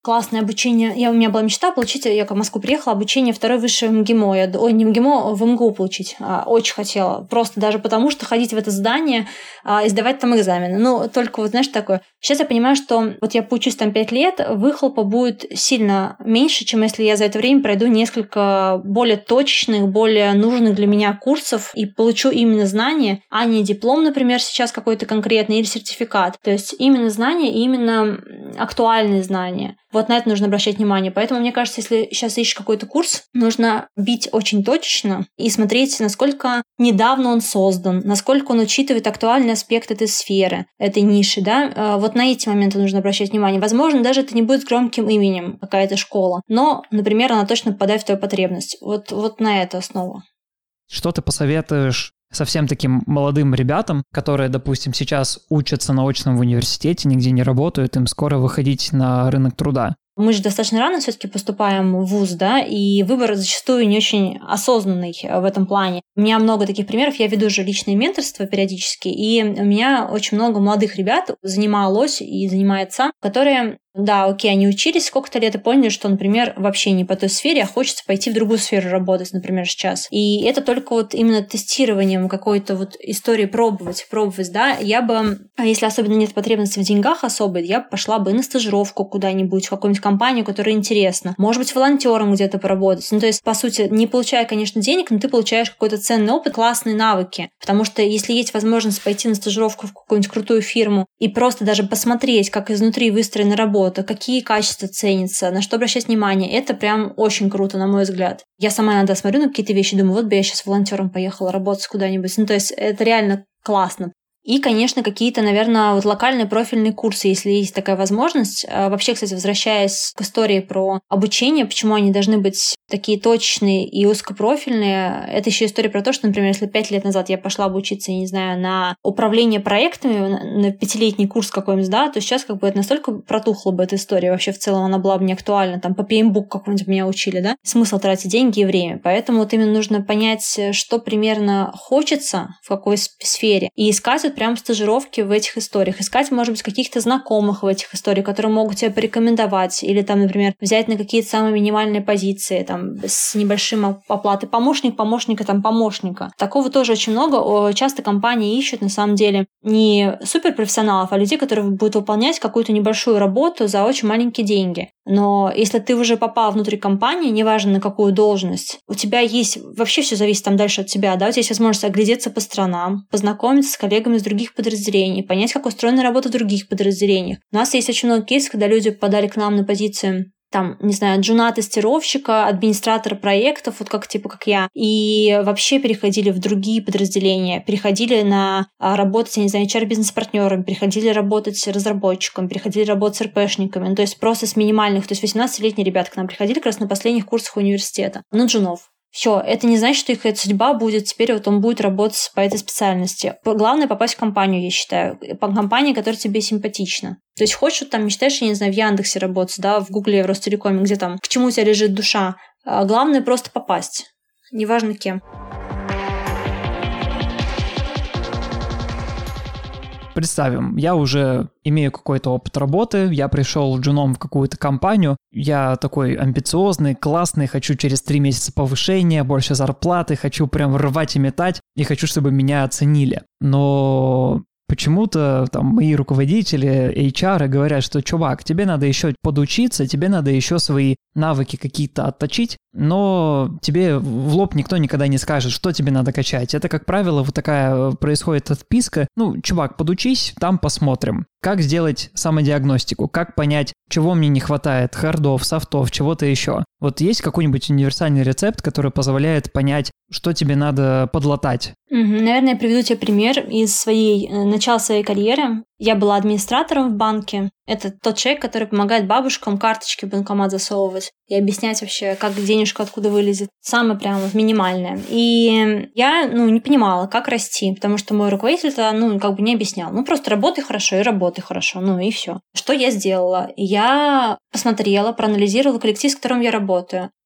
классное обучение. У меня была мечта получить, я в Москву приехала, обучение второй высшее в МГИМО. Не в МГИМО, в МГУ получить. Очень хотела. Просто даже потому, что ходить в это здание и сдавать там экзамены. Ну, только вот, знаешь, такое. Сейчас я понимаю, что вот я поучусь там 5 лет, выхлопа будет сильно меньше, чем если я за это время пройду несколько более точечных, более нужных для меня курсов и получу именно знания, а не диплом, например, сейчас какой-то конкретный или сертификат. То есть именно знания и именно актуальные знания. Вот на это нужно обращать внимание. Поэтому, мне кажется, если сейчас ищешь какой-то курс, нужно бить очень точечно и смотреть, насколько недавно он создан, насколько он учитывает актуальный аспект этой сферы, этой ниши, да. Вот на эти моменты нужно обращать внимание. Возможно, даже это не будет громким именем какая-то школа, но, например, она точно попадает в твою потребность. Вот на это основа. Что ты посоветуешь совсем таким молодым ребятам, которые, допустим, сейчас учатся на очном в университете, нигде не работают, им скоро выходить на рынок труда? Мы же достаточно рано все-таки поступаем в вуз, да, и выбор зачастую не очень осознанный в этом плане. У меня много таких примеров, я веду же личное менторство периодически, и у меня очень много молодых ребят занималось и занимается, которые, да, окей, они учились сколько-то лет и поняли, что, например, вообще не по той сфере, а хочется пойти в другую сферу работать, например, сейчас. И это только вот именно тестированием какой-то вот истории пробовать, да. Я бы, если особенно нет потребности в деньгах особой, я пошла бы на стажировку куда-нибудь, в какую-нибудь компанию, которая интересна. Может быть, волонтером где-то поработать. Ну, то есть, по сути, не получая, конечно, денег, но ты получаешь какой-то ценный опыт, классные навыки. Потому что если есть возможность пойти на стажировку в какую-нибудь крутую фирму и просто даже посмотреть, как изнутри выстроена работа, какие качества ценятся, на что обращать внимание, это прям очень круто, на мой взгляд. Я сама иногда смотрю на какие-то вещи, думаю, вот бы я сейчас волонтером поехала работать куда-нибудь. Ну, то есть, это реально классно. И, конечно, какие-то, наверное, вот локальные профильные курсы, если есть такая возможность. Вообще, кстати, возвращаясь к истории про обучение, почему они должны быть такие точечные и узкопрофильные, это еще история про то, что, например, если 5 лет назад я пошла обучиться, я не знаю, на управление проектами, на 5-летний курс какой-нибудь, да, то сейчас как бы это настолько протухла бы эта история, вообще в целом она была бы не актуальна, там по PMBOK какой-нибудь меня учили, да, смысл тратить деньги и время. Поэтому вот именно нужно понять, что примерно хочется, в какой сфере, и искать прям стажировки в этих историях. Искать, может быть, каких-то знакомых в этих историях, которые могут тебя порекомендовать. Или там, например, взять на какие-то самые минимальные позиции, там, с небольшим оплатой. Помощник помощника, там, помощника. Такого тоже очень много. Часто компании ищут, на самом деле, не суперпрофессионалов, а людей, которые будут выполнять какую-то небольшую работу за очень маленькие деньги. Но если ты уже попал внутрь компании, неважно на какую должность, у тебя есть... Вообще все зависит там дальше от тебя, да? У тебя есть возможность оглядеться по сторонам, познакомиться с коллегами из других подразделений, понять, как устроена работа в других подразделениях. У нас есть очень много кейсов, когда люди попадали к нам на позицию там, не знаю, джуна-тестировщика, администратора проектов, вот как я, и вообще переходили в другие подразделения, переходили на работать, я не знаю, HR-бизнес-партнерами, переходили работать разработчиками, переходили работать с РПшниками, ну, то есть просто с минимальных, то есть 18-летние ребята к нам приходили как раз на последних курсах университета, на джунов. Все, это не значит, что их эта судьба будет, теперь вот он будет работать по этой специальности. Главное попасть в компанию, я считаю. По компании, которая тебе симпатична. То есть хочешь, вот там мечтаешь, я не знаю, в Яндексе работать, да, в Гугле, в Ростелекоме, где там, к чему у тебя лежит душа. Главное просто попасть. Неважно кем. Представим, я уже имею какой-то опыт работы, я пришел джуном в какую-то компанию, я такой амбициозный, классный, хочу через 3 месяца повышения, больше зарплаты, хочу прям рвать и метать, и хочу, чтобы меня оценили. Но почему-то там мои руководители, HR говорят, что, чувак, тебе надо еще подучиться, тебе надо еще свои навыки какие-то отточить, но тебе в лоб никто никогда не скажет, что тебе надо качать. Это, как правило, вот такая происходит отписка. Ну, чувак, подучись, там посмотрим. Как сделать самодиагностику, как понять, чего мне не хватает, хардов, софтов, чего-то еще. Вот есть какой-нибудь универсальный рецепт, который позволяет понять, что тебе надо подлатать? Наверное, я приведу тебе пример из начала своей карьеры. Я была администратором в банке. Это тот человек, который помогает бабушкам карточки в банкомат засовывать и объяснять вообще, как денежка откуда вылезет. Самое прямо минимальное. И я, не понимала, как расти, потому что мой руководитель-то, не объяснял. Просто работай хорошо и работай хорошо, и все. Что я сделала? Я посмотрела, проанализировала коллектив, с которым я работаю.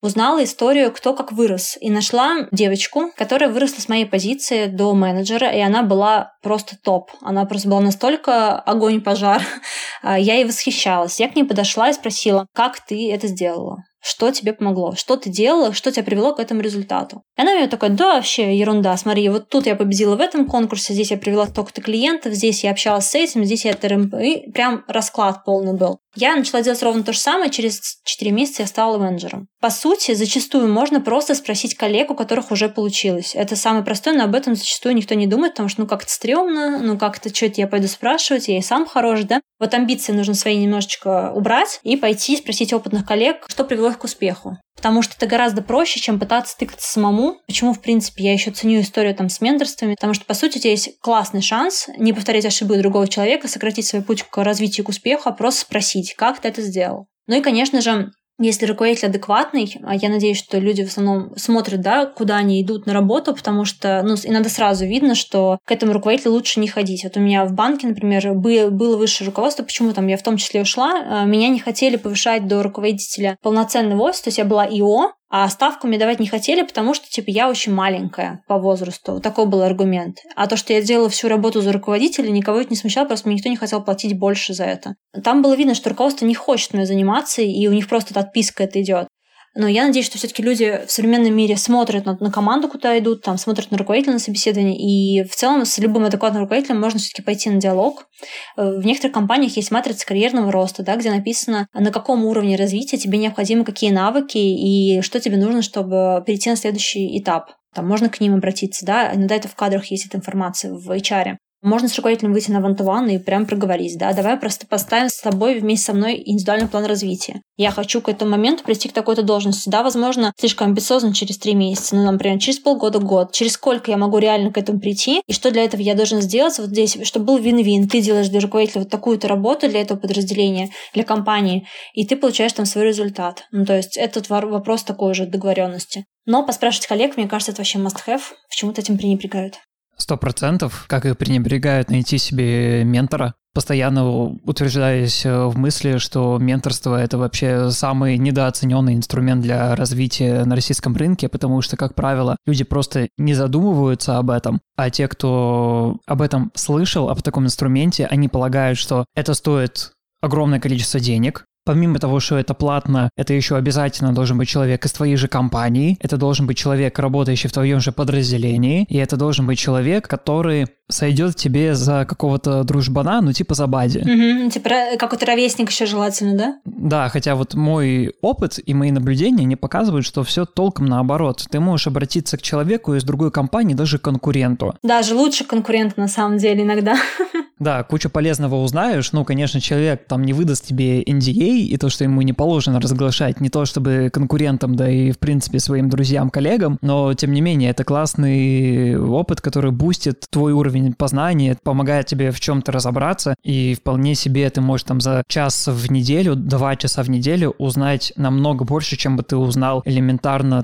узнала историю, кто как вырос. И нашла девочку, которая выросла с моей позиции до менеджера, и она была просто топ. Она просто была настолько огонь-пожар. Я ей восхищалась. Я к ней подошла и спросила, как ты это сделала? Что тебе помогло? Что ты делала? Что тебя привело к этому результату? И она мне такая, да, вообще ерунда. Смотри, вот тут я победила в этом конкурсе, здесь я привела столько-то клиентов, здесь я общалась с этим, здесь я ТРМП. И прям расклад полный был. Я начала делать ровно то же самое, через 4 месяца я стала менеджером. По сути, зачастую можно просто спросить коллег, у которых уже получилось. Это самое простое, но об этом зачастую никто не думает, потому что как-то стрёмно, как-то что-то я пойду спрашивать, я и сам хорош, да? Вот амбиции нужно свои немножечко убрать и пойти спросить опытных коллег, что привело их к успеху. Потому что это гораздо проще, чем пытаться тыкаться самому. Почему, в принципе, я еще ценю историю с менторствами? Потому что, по сути, у тебя есть классный шанс не повторять ошибки другого человека, сократить свой путь к развитию, к успеху, а просто спросить, как ты это сделал. Ну и, конечно же, если руководитель адекватный, я надеюсь, что люди в основном смотрят, да, куда они идут на работу, потому что, иногда сразу видно, что к этому руководителю лучше не ходить. Вот у меня в банке, например, было высшее руководство, почему там я в том числе ушла, меня не хотели повышать до руководителя полноценного офиса, то есть я была ИО, а ставку мне давать не хотели, потому что, я очень маленькая по возрасту. Вот такой был аргумент. А то, что я делала всю работу за руководителя, никого это не смущало, просто мне никто не хотел платить больше за это. Там было видно, что руководство не хочет мной заниматься, и у них просто отписка это идет. Но я надеюсь, что все-таки люди в современном мире смотрят на команду, куда идут, смотрят на руководителя на собеседование, и в целом с любым адекватным руководителем можно все-таки пойти на диалог. В некоторых компаниях есть матрица карьерного роста, да, где написано, на каком уровне развития тебе необходимы какие навыки и что тебе нужно, чтобы перейти на следующий этап. Там можно к ним обратиться, да, иногда это в кадрах есть эта информация в HR. Можно с руководителем выйти на one-to-one и прям проговорить, да, давай просто поставим с тобой вместе со мной индивидуальный план развития. Я хочу к этому моменту прийти к такой-то должности. Да, возможно, слишком амбициозно через 3 месяца, например, через полгода, год. Через сколько я могу реально к этому прийти, и что для этого я должен сделать вот здесь, чтобы был вин-вин. Ты делаешь для руководителя вот такую-то работу для этого подразделения, для компании, и ты получаешь там свой результат. То есть этот вопрос такой же договоренности. Но поспрашивать коллег, мне кажется, это вообще must-have. Почему-то этим пренебрегают. 100%, как и пренебрегают найти себе ментора, постоянно утверждаясь в мысли, что менторство — это вообще самый недооцененный инструмент для развития на российском рынке, потому что, как правило, люди просто не задумываются об этом, а те, кто об этом слышал, об таком инструменте, они полагают, что это стоит огромное количество денег. Помимо того, что это платно, это еще обязательно должен быть человек из твоей же компании, это должен быть человек, работающий в твоем же подразделении, и это должен быть человек, который сойдет тебе за какого-то дружбана, за бади. Какой-то ровесник еще желательно, да? Да, хотя вот мой опыт и мои наблюдения не показывают, что все толком наоборот. Ты можешь обратиться к человеку из другой компании, даже к конкуренту. Даже лучше конкурента на самом деле иногда. Да, кучу полезного узнаешь. Конечно, человек там не выдаст тебе NDA, и то, что ему не положено разглашать, не то чтобы конкурентам, да и, в принципе, своим друзьям, коллегам, но, тем не менее, это классный опыт, который бустит твой уровень познания, помогает тебе в чем-то разобраться, и вполне себе ты можешь за час в неделю, 2 часа в неделю узнать намного больше, чем бы ты узнал элементарно,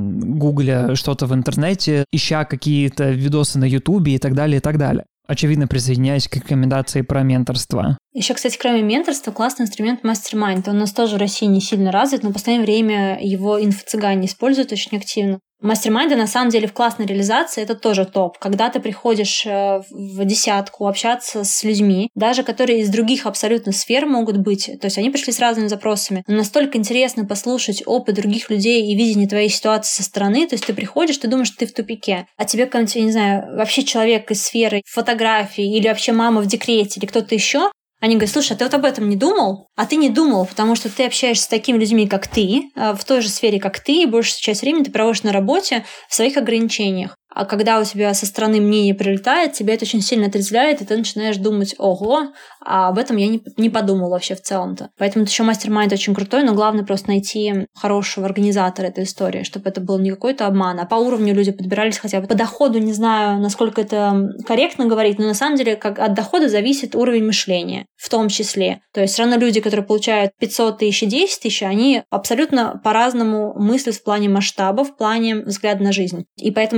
гугля что-то в интернете, ища какие-то видосы на ютубе и так далее, и так далее. Очевидно, присоединяюсь к рекомендации про менторство. Еще, кстати, кроме менторства, классный инструмент MasterMind. Он у нас тоже в России не сильно развит, но в последнее время его инфо-цыгане используют очень активно. Мастер-майнды, на самом деле, в классной реализации это тоже топ. Когда ты приходишь в десятку общаться с людьми, даже которые из других абсолютно сфер могут быть, то есть они пришли с разными запросами, но настолько интересно послушать опыт других людей и видение твоей ситуации со стороны, то есть ты приходишь, ты думаешь, что ты в тупике, а тебе какой-нибудь, я не знаю, вообще человек из сферы фотографии или вообще мама в декрете или кто-то еще, они говорят, слушай, а ты вот об этом не думал? А ты не думал, потому что ты общаешься с такими людьми, как ты, в той же сфере, как ты, и большую часть времени ты проводишь на работе в своих ограничениях. А когда у тебя со стороны мнение прилетает, тебя это очень сильно отрезвляет, и ты начинаешь думать, ого, а об этом я не подумала вообще в целом-то. Поэтому еще мастер-майнд очень крутой, но главное просто найти хорошего организатора этой истории, чтобы это был не какой-то обман, а по уровню люди подбирались хотя бы. По доходу не знаю, насколько это корректно говорить, но на самом деле от дохода зависит уровень мышления, в том числе. То есть все равно люди, которые получают 500 тысяч и 10 тысяч, они абсолютно по-разному мыслят в плане масштаба, в плане взгляда на жизнь. И поэтому чем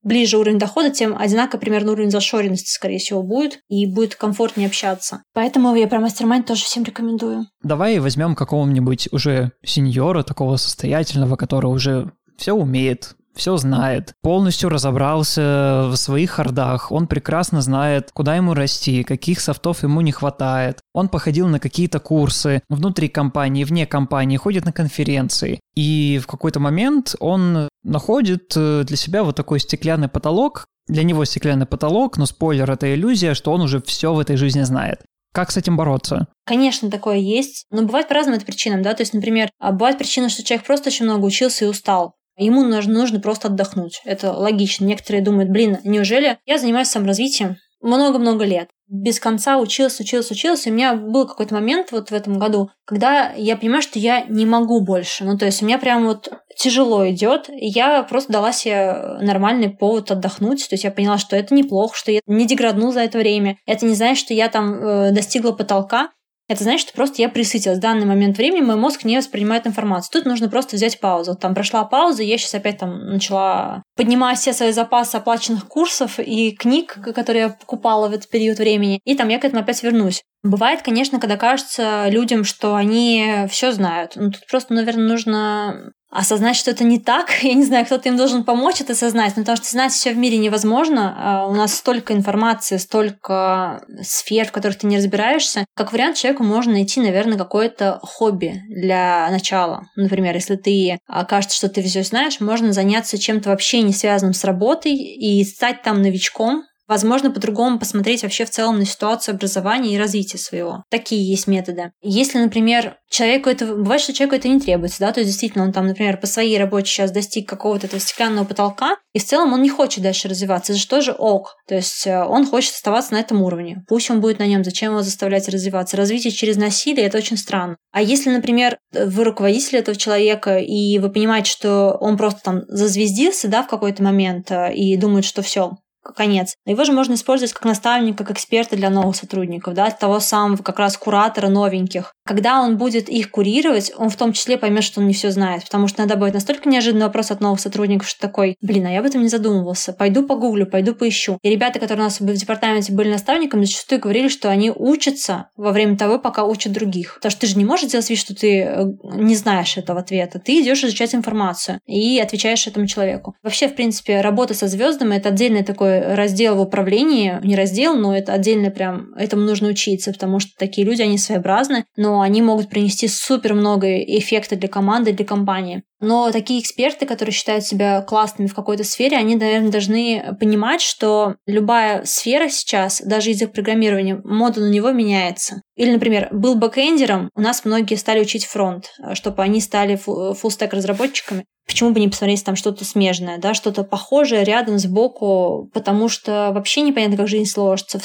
ближе уровень дохода, тем одинаково примерно уровень зашоренности, скорее всего, будет, и будет комфортнее общаться. Поэтому я про мастер-майнд тоже всем рекомендую. Давай возьмем какого-нибудь уже сеньора, такого состоятельного, который уже все умеет, все знает, полностью разобрался в своих хардах, он прекрасно знает, куда ему расти, каких софтов ему не хватает, он походил на какие-то курсы внутри компании, вне компании, ходит на конференции, и в какой-то момент он находит для себя вот такой стеклянный потолок, для него стеклянный потолок, но спойлер, это иллюзия, что он уже все в этой жизни знает. Как с этим бороться? Конечно, такое есть, но бывает по разным это причинам, да, то есть, например, бывает причина, что человек просто очень много учился и устал. Ему нужно просто отдохнуть. Это логично. Некоторые думают, неужели я занимаюсь саморазвитием много-много лет? Без конца учился. И у меня был какой-то момент вот в этом году, когда я понимаю, что я не могу больше. Ну, то есть у меня прям вот тяжело идет, и я просто дала себе нормальный повод отдохнуть. То есть я поняла, что это неплохо, что я не деградну за это время. Это не значит, что я там достигла потолка. Это значит, что просто я присытилась. В данный момент времени мой мозг не воспринимает информацию. Тут нужно просто взять паузу. Там прошла пауза, я сейчас опять там начала поднимать все свои запасы оплаченных курсов и книг, которые я покупала в этот период времени. И там я к этому опять вернусь. Бывает, конечно, когда кажется людям, что они все знают. Но тут просто, наверное, нужно осознать, что это не так. Я не знаю, кто-то им должен помочь это осознать, потому что знать все в мире невозможно. У нас столько информации, столько сфер, в которых ты не разбираешься. Как вариант, человеку можно найти, наверное, какое-то хобби для начала. Например, если ты окажется, что ты все знаешь, можно заняться чем-то вообще не связанным с работой и стать там новичком. Возможно, по-другому посмотреть вообще в целом на ситуацию образования и развития своего. Такие есть методы. Если, например, бывает, что человеку это не требуется, да, то есть действительно он там, например, по своей работе сейчас достиг какого-то этого стеклянного потолка, и в целом он не хочет дальше развиваться, это же тоже ок. То есть он хочет оставаться на этом уровне. Пусть он будет на нем, зачем его заставлять развиваться? Развитие через насилие – это очень странно. А если, например, вы руководитель этого человека, и вы понимаете, что он просто там зазвездился, да, в какой-то момент, и думает, что все, конец. Его же можно использовать как наставника, как эксперта для новых сотрудников, да, того самого как раз куратора новеньких. Когда он будет их курировать, он в том числе поймет, что он не все знает, потому что иногда будет настолько неожиданный вопрос от новых сотрудников, что такой, а я об этом не задумывался, пойду погуглю, пойду поищу. И ребята, которые у нас в департаменте были наставниками, зачастую говорили, что они учатся во время того, пока учат других. Потому что ты же не можешь делать вид, что ты не знаешь этого ответа. Ты идешь изучать информацию и отвечаешь этому человеку. Вообще, в принципе, работа со звездами — это отдельный такой раздел в управлении, не раздел, но это отдельно прям, этому нужно учиться, потому что такие люди, они своеобразны, но они могут принести супер много эффекта для команды, для компании. Но такие эксперты, которые считают себя классными в какой-то сфере, они, наверное, должны понимать, что любая сфера сейчас, даже язык программирования, мода на него меняется. Или, например, был бэкэндером, у нас многие стали учить фронт, чтобы они стали фуллстек разработчиками. Почему бы не посмотреть там что-то смежное, да, что-то похожее рядом, сбоку, потому что вообще непонятно, как жизнь сложится.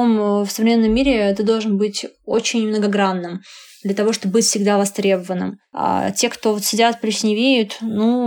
В современном мире ты должен быть очень многогранным для того, чтобы быть всегда востребованным. А те, кто вот сидят, плесневеют,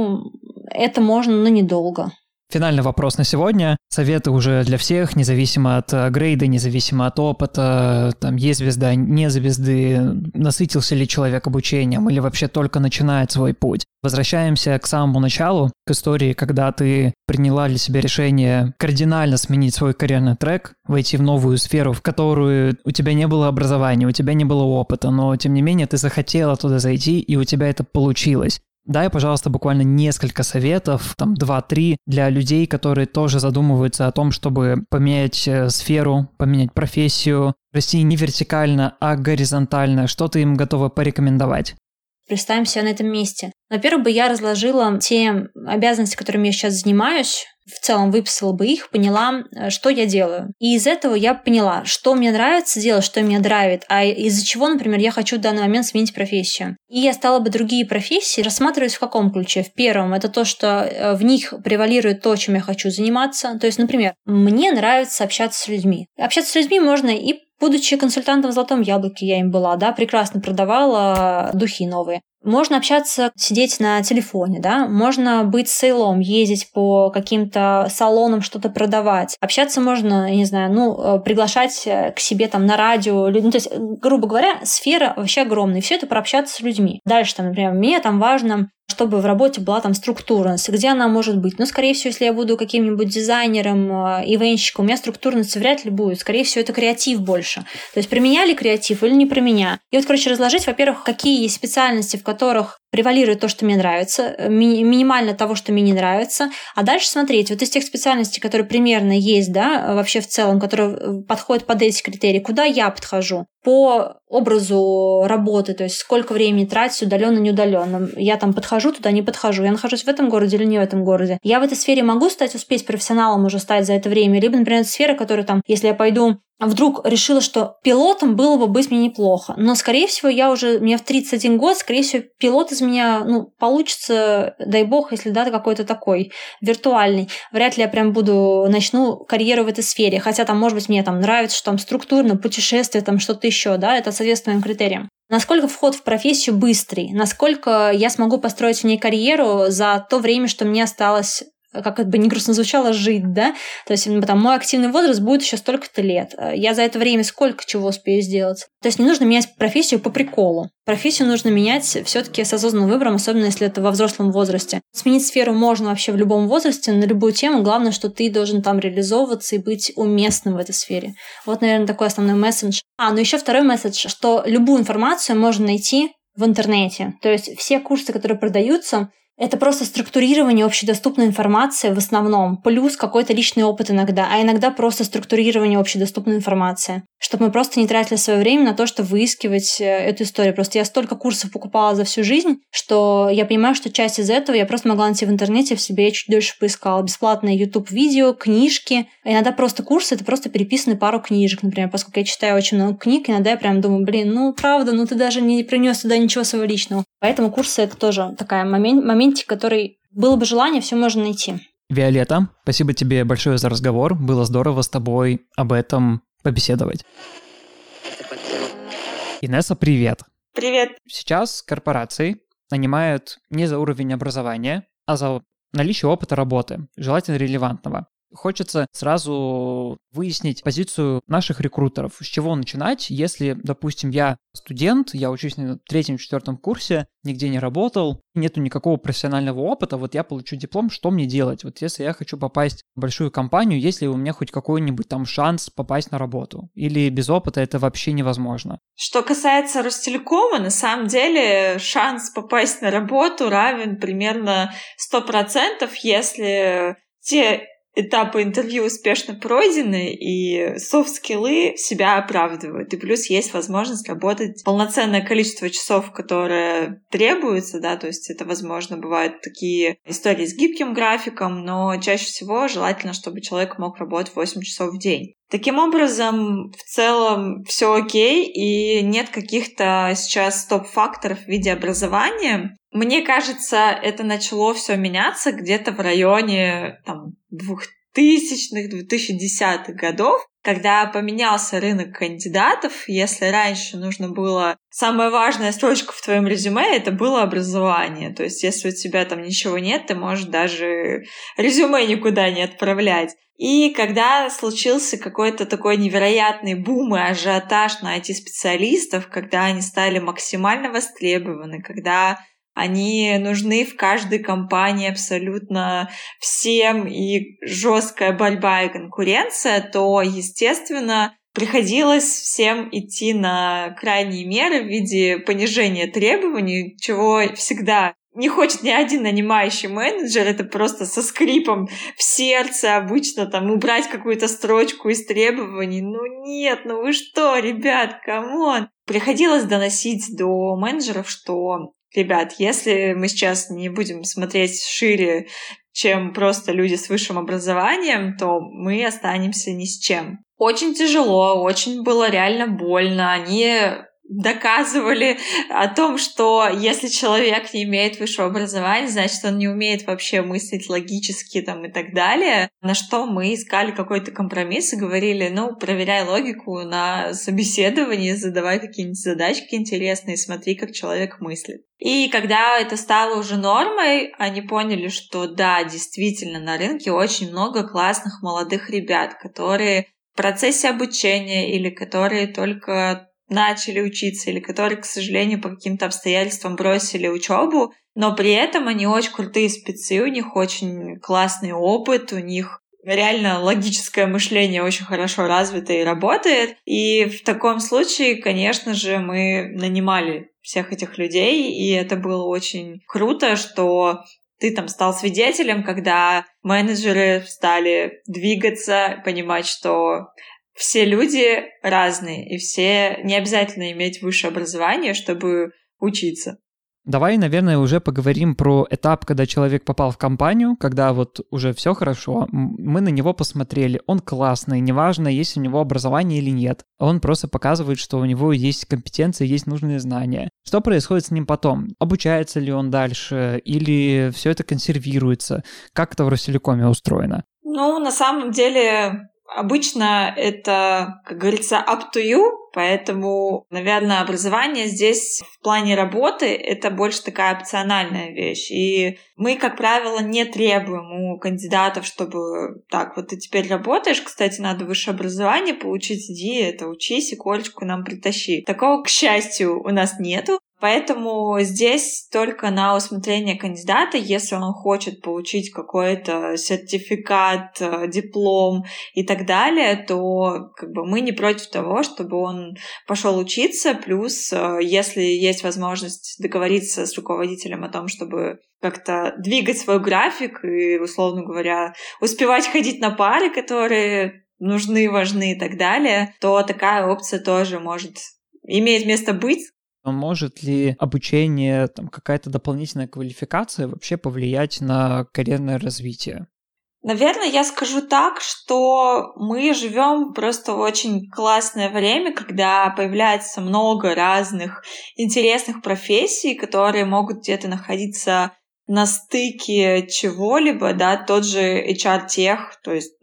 это можно, но недолго. Финальный вопрос на сегодня. Советы уже для всех, независимо от грейда, независимо от опыта. Там есть звезда, не звезды. Насытился ли человек обучением или вообще только начинает свой путь. Возвращаемся к самому началу, к истории, когда ты приняла для себя решение кардинально сменить свой карьерный трек, войти в новую сферу, в которую у тебя не было образования, у тебя не было опыта, но тем не менее ты захотела туда зайти, и у тебя это получилось. Дай, пожалуйста, буквально несколько советов, там 2-3, для людей, которые тоже задумываются о том, чтобы поменять сферу, поменять профессию, расти не вертикально, а горизонтально. Что ты им готова порекомендовать? Представим себя на этом месте. Во-первых, я разложила те обязанности, которыми я сейчас занимаюсь, в целом выписала бы их, поняла, что я делаю. И из этого я поняла, что мне нравится делать, что меня драйвит, а из-за чего, например, я хочу в данный момент сменить профессию. И я стала бы другие профессии рассматривать в каком ключе? В первом, это то, что в них превалирует то, чем я хочу заниматься. То есть, например, мне нравится общаться с людьми. Общаться с людьми можно и будучи консультантом в «Золотом яблоке», я им была, да, прекрасно продавала духи новые. Можно общаться, сидеть на телефоне, да, можно быть сейлом, ездить по каким-то салонам, что-то продавать. Общаться можно, я не знаю, приглашать к себе там на радио. То есть, грубо говоря, сфера вообще огромная. И все это про общаться с людьми. Дальше, там, например, мне там важно, чтобы в работе была там структурность. Где она может быть? Скорее всего, если я буду каким-нибудь дизайнером, ивенщиком, у меня структурность вряд ли будет. Скорее всего, это креатив больше. То есть, про меня ли креатив или не про меня? И вот, разложить, во-первых, какие есть специальности, в которых превалирует то, что мне нравится, минимально того, что мне не нравится, а дальше смотреть, вот из тех специальностей, которые примерно есть, да, вообще в целом, которые подходят под эти критерии, куда я подхожу по образу работы, то есть сколько времени тратить удаленно, неудаленно. Я там подхожу туда, не подхожу. Я нахожусь в этом городе или не в этом городе. Я в этой сфере могу успеть профессионалом уже стать за это время, либо, например, это сфера, которая там, если я пойду вдруг решила, что пилотом было бы быть мне неплохо. Но, скорее всего, мне в 31 год, скорее всего, пилот из меня, получится, дай бог, если да, какой-то такой виртуальный. Вряд ли я прям начну карьеру в этой сфере. Хотя там, может быть, мне там нравится, что там структурно, путешествие, там что-то еще, да, это соответствует моим критериям. Насколько вход в профессию быстрый, насколько я смогу построить в ней карьеру за то время, что мне осталось, как бы не грустно звучало, жить, да? То есть там, мой активный возраст будет еще столько-то лет. Я за это время сколько чего успею сделать. То есть не нужно менять профессию по приколу. Профессию нужно менять все-таки с осознанным выбором, особенно если это во взрослом возрасте. Сменить сферу можно вообще в любом возрасте, на любую тему. Главное, что ты должен там реализовываться и быть уместным в этой сфере. Вот, наверное, такой основной месседж. Но еще второй месседж, что любую информацию можно найти в интернете. То есть все курсы, которые продаются, это просто структурирование общедоступной информации в основном, плюс какой-то личный опыт иногда, а иногда просто структурирование общедоступной информации, чтобы мы просто не тратили свое время на то, чтобы выискивать эту историю. Просто я столько курсов покупала за всю жизнь, что я понимаю, что часть из этого я просто могла найти в интернете, в себе я чуть дольше поискала. Бесплатные YouTube-видео, книжки. Иногда просто курсы — это просто переписаны пару книжек, например, поскольку я читаю очень много книг, иногда я прям думаю, правда, ты даже не принес туда ничего своего личного. Поэтому курсы — это тоже такая моментик, который было бы желание, все можно найти. Виолетта, спасибо тебе большое за разговор. Было здорово с тобой об этом побеседовать. Инесса, привет. Привет. Сейчас корпорации нанимают не за уровень образования, а за наличие опыта работы, желательно релевантного. Хочется сразу выяснить позицию наших рекрутеров. С чего начинать, если, допустим, я студент, я учусь на 3-4 курсе, нигде не работал, нету никакого профессионального опыта, вот я получу диплом, что мне делать? Вот если я хочу попасть в большую компанию, есть ли у меня хоть какой-нибудь там шанс попасть на работу? Или без опыта это вообще невозможно? Что касается Ростелекома, на самом деле шанс попасть на работу равен примерно 100%, если те этапы интервью успешно пройдены, и софт-скиллы себя оправдывают. И плюс есть возможность работать полноценное количество часов, которое требуется, да, то есть это, возможно, бывают такие истории с гибким графиком, но чаще всего желательно, чтобы человек мог работать 8 часов в день. Таким образом, в целом все окей, и нет каких-то сейчас стоп-факторов в виде образования. Мне кажется, это начало все меняться где-то в районе 2000-х, 2010-х годов, когда поменялся рынок кандидатов. Если раньше нужно было... Самая важная строчка в твоем резюме — это было образование. То есть если у тебя там ничего нет, ты можешь даже резюме никуда не отправлять. И когда случился какой-то такой невероятный бум и ажиотаж на IT-специалистов, когда они стали максимально востребованы, когда они нужны в каждой компании абсолютно всем, и жесткая борьба и конкуренция, то, естественно, приходилось всем идти на крайние меры в виде понижения требований, чего всегда не хочет ни один нанимающий менеджер. Это просто со скрипом в сердце обычно убрать какую-то строчку из требований. Нет, вы что, ребят, камон. Приходилось доносить до менеджеров, что, ребят, если мы сейчас не будем смотреть шире, чем просто люди с высшим образованием, то мы останемся ни с чем. Очень тяжело, очень было реально больно. Они доказывали о том, что если человек не имеет высшего образования, значит, он не умеет вообще мыслить логически там, и так далее. На что мы искали какой-то компромисс и говорили, проверяй логику на собеседовании, задавай какие-нибудь задачки интересные, смотри, как человек мыслит. И когда это стало уже нормой, они поняли, что да, действительно, на рынке очень много классных молодых ребят, которые в процессе обучения или которые только начали учиться, или которые, к сожалению, по каким-то обстоятельствам бросили учебу, но при этом они очень крутые спецы, у них очень классный опыт, у них реально логическое мышление очень хорошо развито и работает. И в таком случае, конечно же, мы нанимали всех этих людей, и это было очень круто, что ты там стал свидетелем, когда менеджеры стали двигаться, понимать, что все люди разные, и все не обязательно иметь высшее образование, чтобы учиться. Давай, наверное, уже поговорим про этап, когда человек попал в компанию, когда вот уже все хорошо, мы на него посмотрели, он классный, неважно, есть у него образование или нет, он просто показывает, что у него есть компетенции, есть нужные знания. Что происходит с ним потом? Обучается ли он дальше или все это консервируется? Как это в Ростелекоме устроено? На самом деле, обычно это, как говорится, up to you, поэтому, наверное, образование здесь в плане работы это больше такая опциональная вещь. И мы, как правило, не требуем у кандидатов, чтобы так, вот ты теперь работаешь, кстати, надо высшее образование получить, иди, учись и корочку нам притащи. Такого, к счастью, у нас нету. Поэтому здесь только на усмотрение кандидата, если он хочет получить какой-то сертификат, диплом и так далее, то мы не против того, чтобы он пошел учиться. Плюс, если есть возможность договориться с руководителем о том, чтобы как-то двигать свой график и, условно говоря, успевать ходить на пары, которые нужны, важны и так далее, то такая опция тоже имеет место быть. Может ли обучение, какая-то дополнительная квалификация вообще повлиять на карьерное развитие? Наверное, я скажу так, что мы живем просто в очень классное время, когда появляется много разных интересных профессий, которые могут где-то находиться на стыке чего-либо, да, тот же HR-тех, то есть,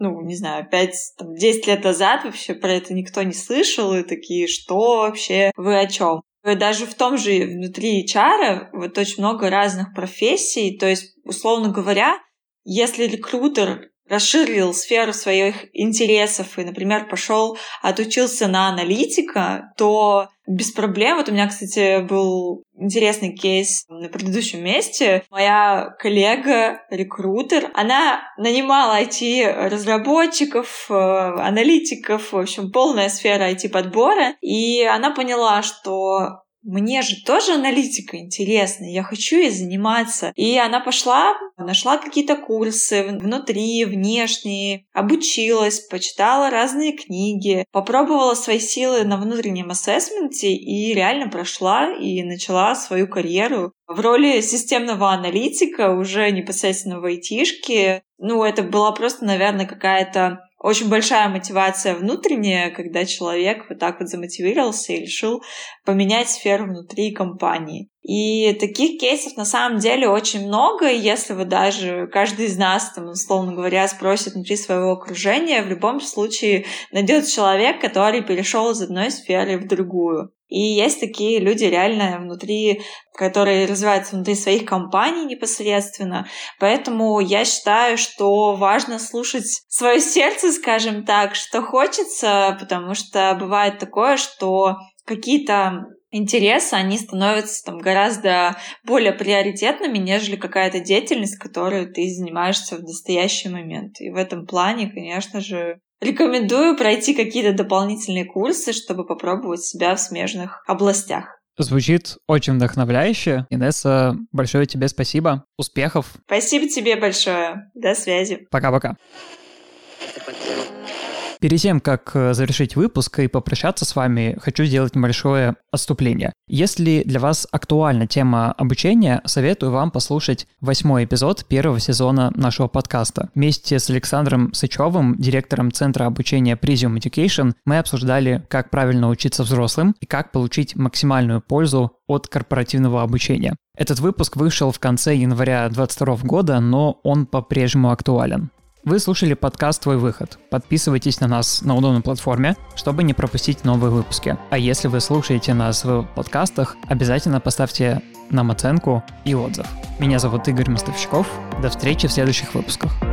5-10 лет назад вообще про это никто не слышал, и такие, что вообще, вы о чем? Даже в том же внутри HR очень много разных профессий, то есть, условно говоря, если рекрутер расширил сферу своих интересов и, например, отучился на аналитика, то без проблем. Вот у меня, кстати, был интересный кейс на предыдущем месте. Моя коллега, рекрутер, она нанимала IT-разработчиков, аналитиков, в общем, полная сфера IT-подбора, и она поняла, что мне же тоже аналитика интересна, я хочу ей заниматься. И она нашла какие-то курсы внутри, внешние, обучилась, почитала разные книги, попробовала свои силы на внутреннем ассессменте и реально прошла и начала свою карьеру в роли системного аналитика, уже непосредственно в айтишке. Это была просто, наверное, какая-то очень большая мотивация внутренняя, когда человек вот так вот замотивировался и решил поменять сферу внутри компании. И таких кейсов на самом деле очень много, и если вы даже каждый из нас, условно говоря, спросит внутри своего окружения, в любом случае найдется человек, который перешел из одной сферы в другую. И есть такие люди реально внутри, которые развиваются внутри своих компаний непосредственно. Поэтому я считаю, что важно слушать свое сердце, скажем так, что хочется, потому что бывает такое, что какие-то интересы, они становятся гораздо более приоритетными, нежели какая-то деятельность, которой ты занимаешься в настоящий момент. И в этом плане, конечно же, рекомендую пройти какие-то дополнительные курсы, чтобы попробовать себя в смежных областях. Звучит очень вдохновляюще. Инесса, большое тебе спасибо. Успехов. Спасибо тебе большое. До связи. Пока-пока. Перед тем, как завершить выпуск и попрощаться с вами, хочу сделать небольшое отступление. Если для вас актуальна тема обучения, советую вам послушать 8-й эпизод 1-го сезона нашего подкаста. Вместе с Александром Сычевым, директором Центра обучения Presium Education, мы обсуждали, как правильно учиться взрослым и как получить максимальную пользу от корпоративного обучения. Этот выпуск вышел в конце января 2022 года, но он по-прежнему актуален. Вы слушали подкаст «Твой выход». Подписывайтесь на нас на удобной платформе, чтобы не пропустить новые выпуски. А если вы слушаете нас в подкастах, обязательно поставьте нам оценку и отзыв. Меня зовут Игорь Мостовщиков. До встречи в следующих выпусках.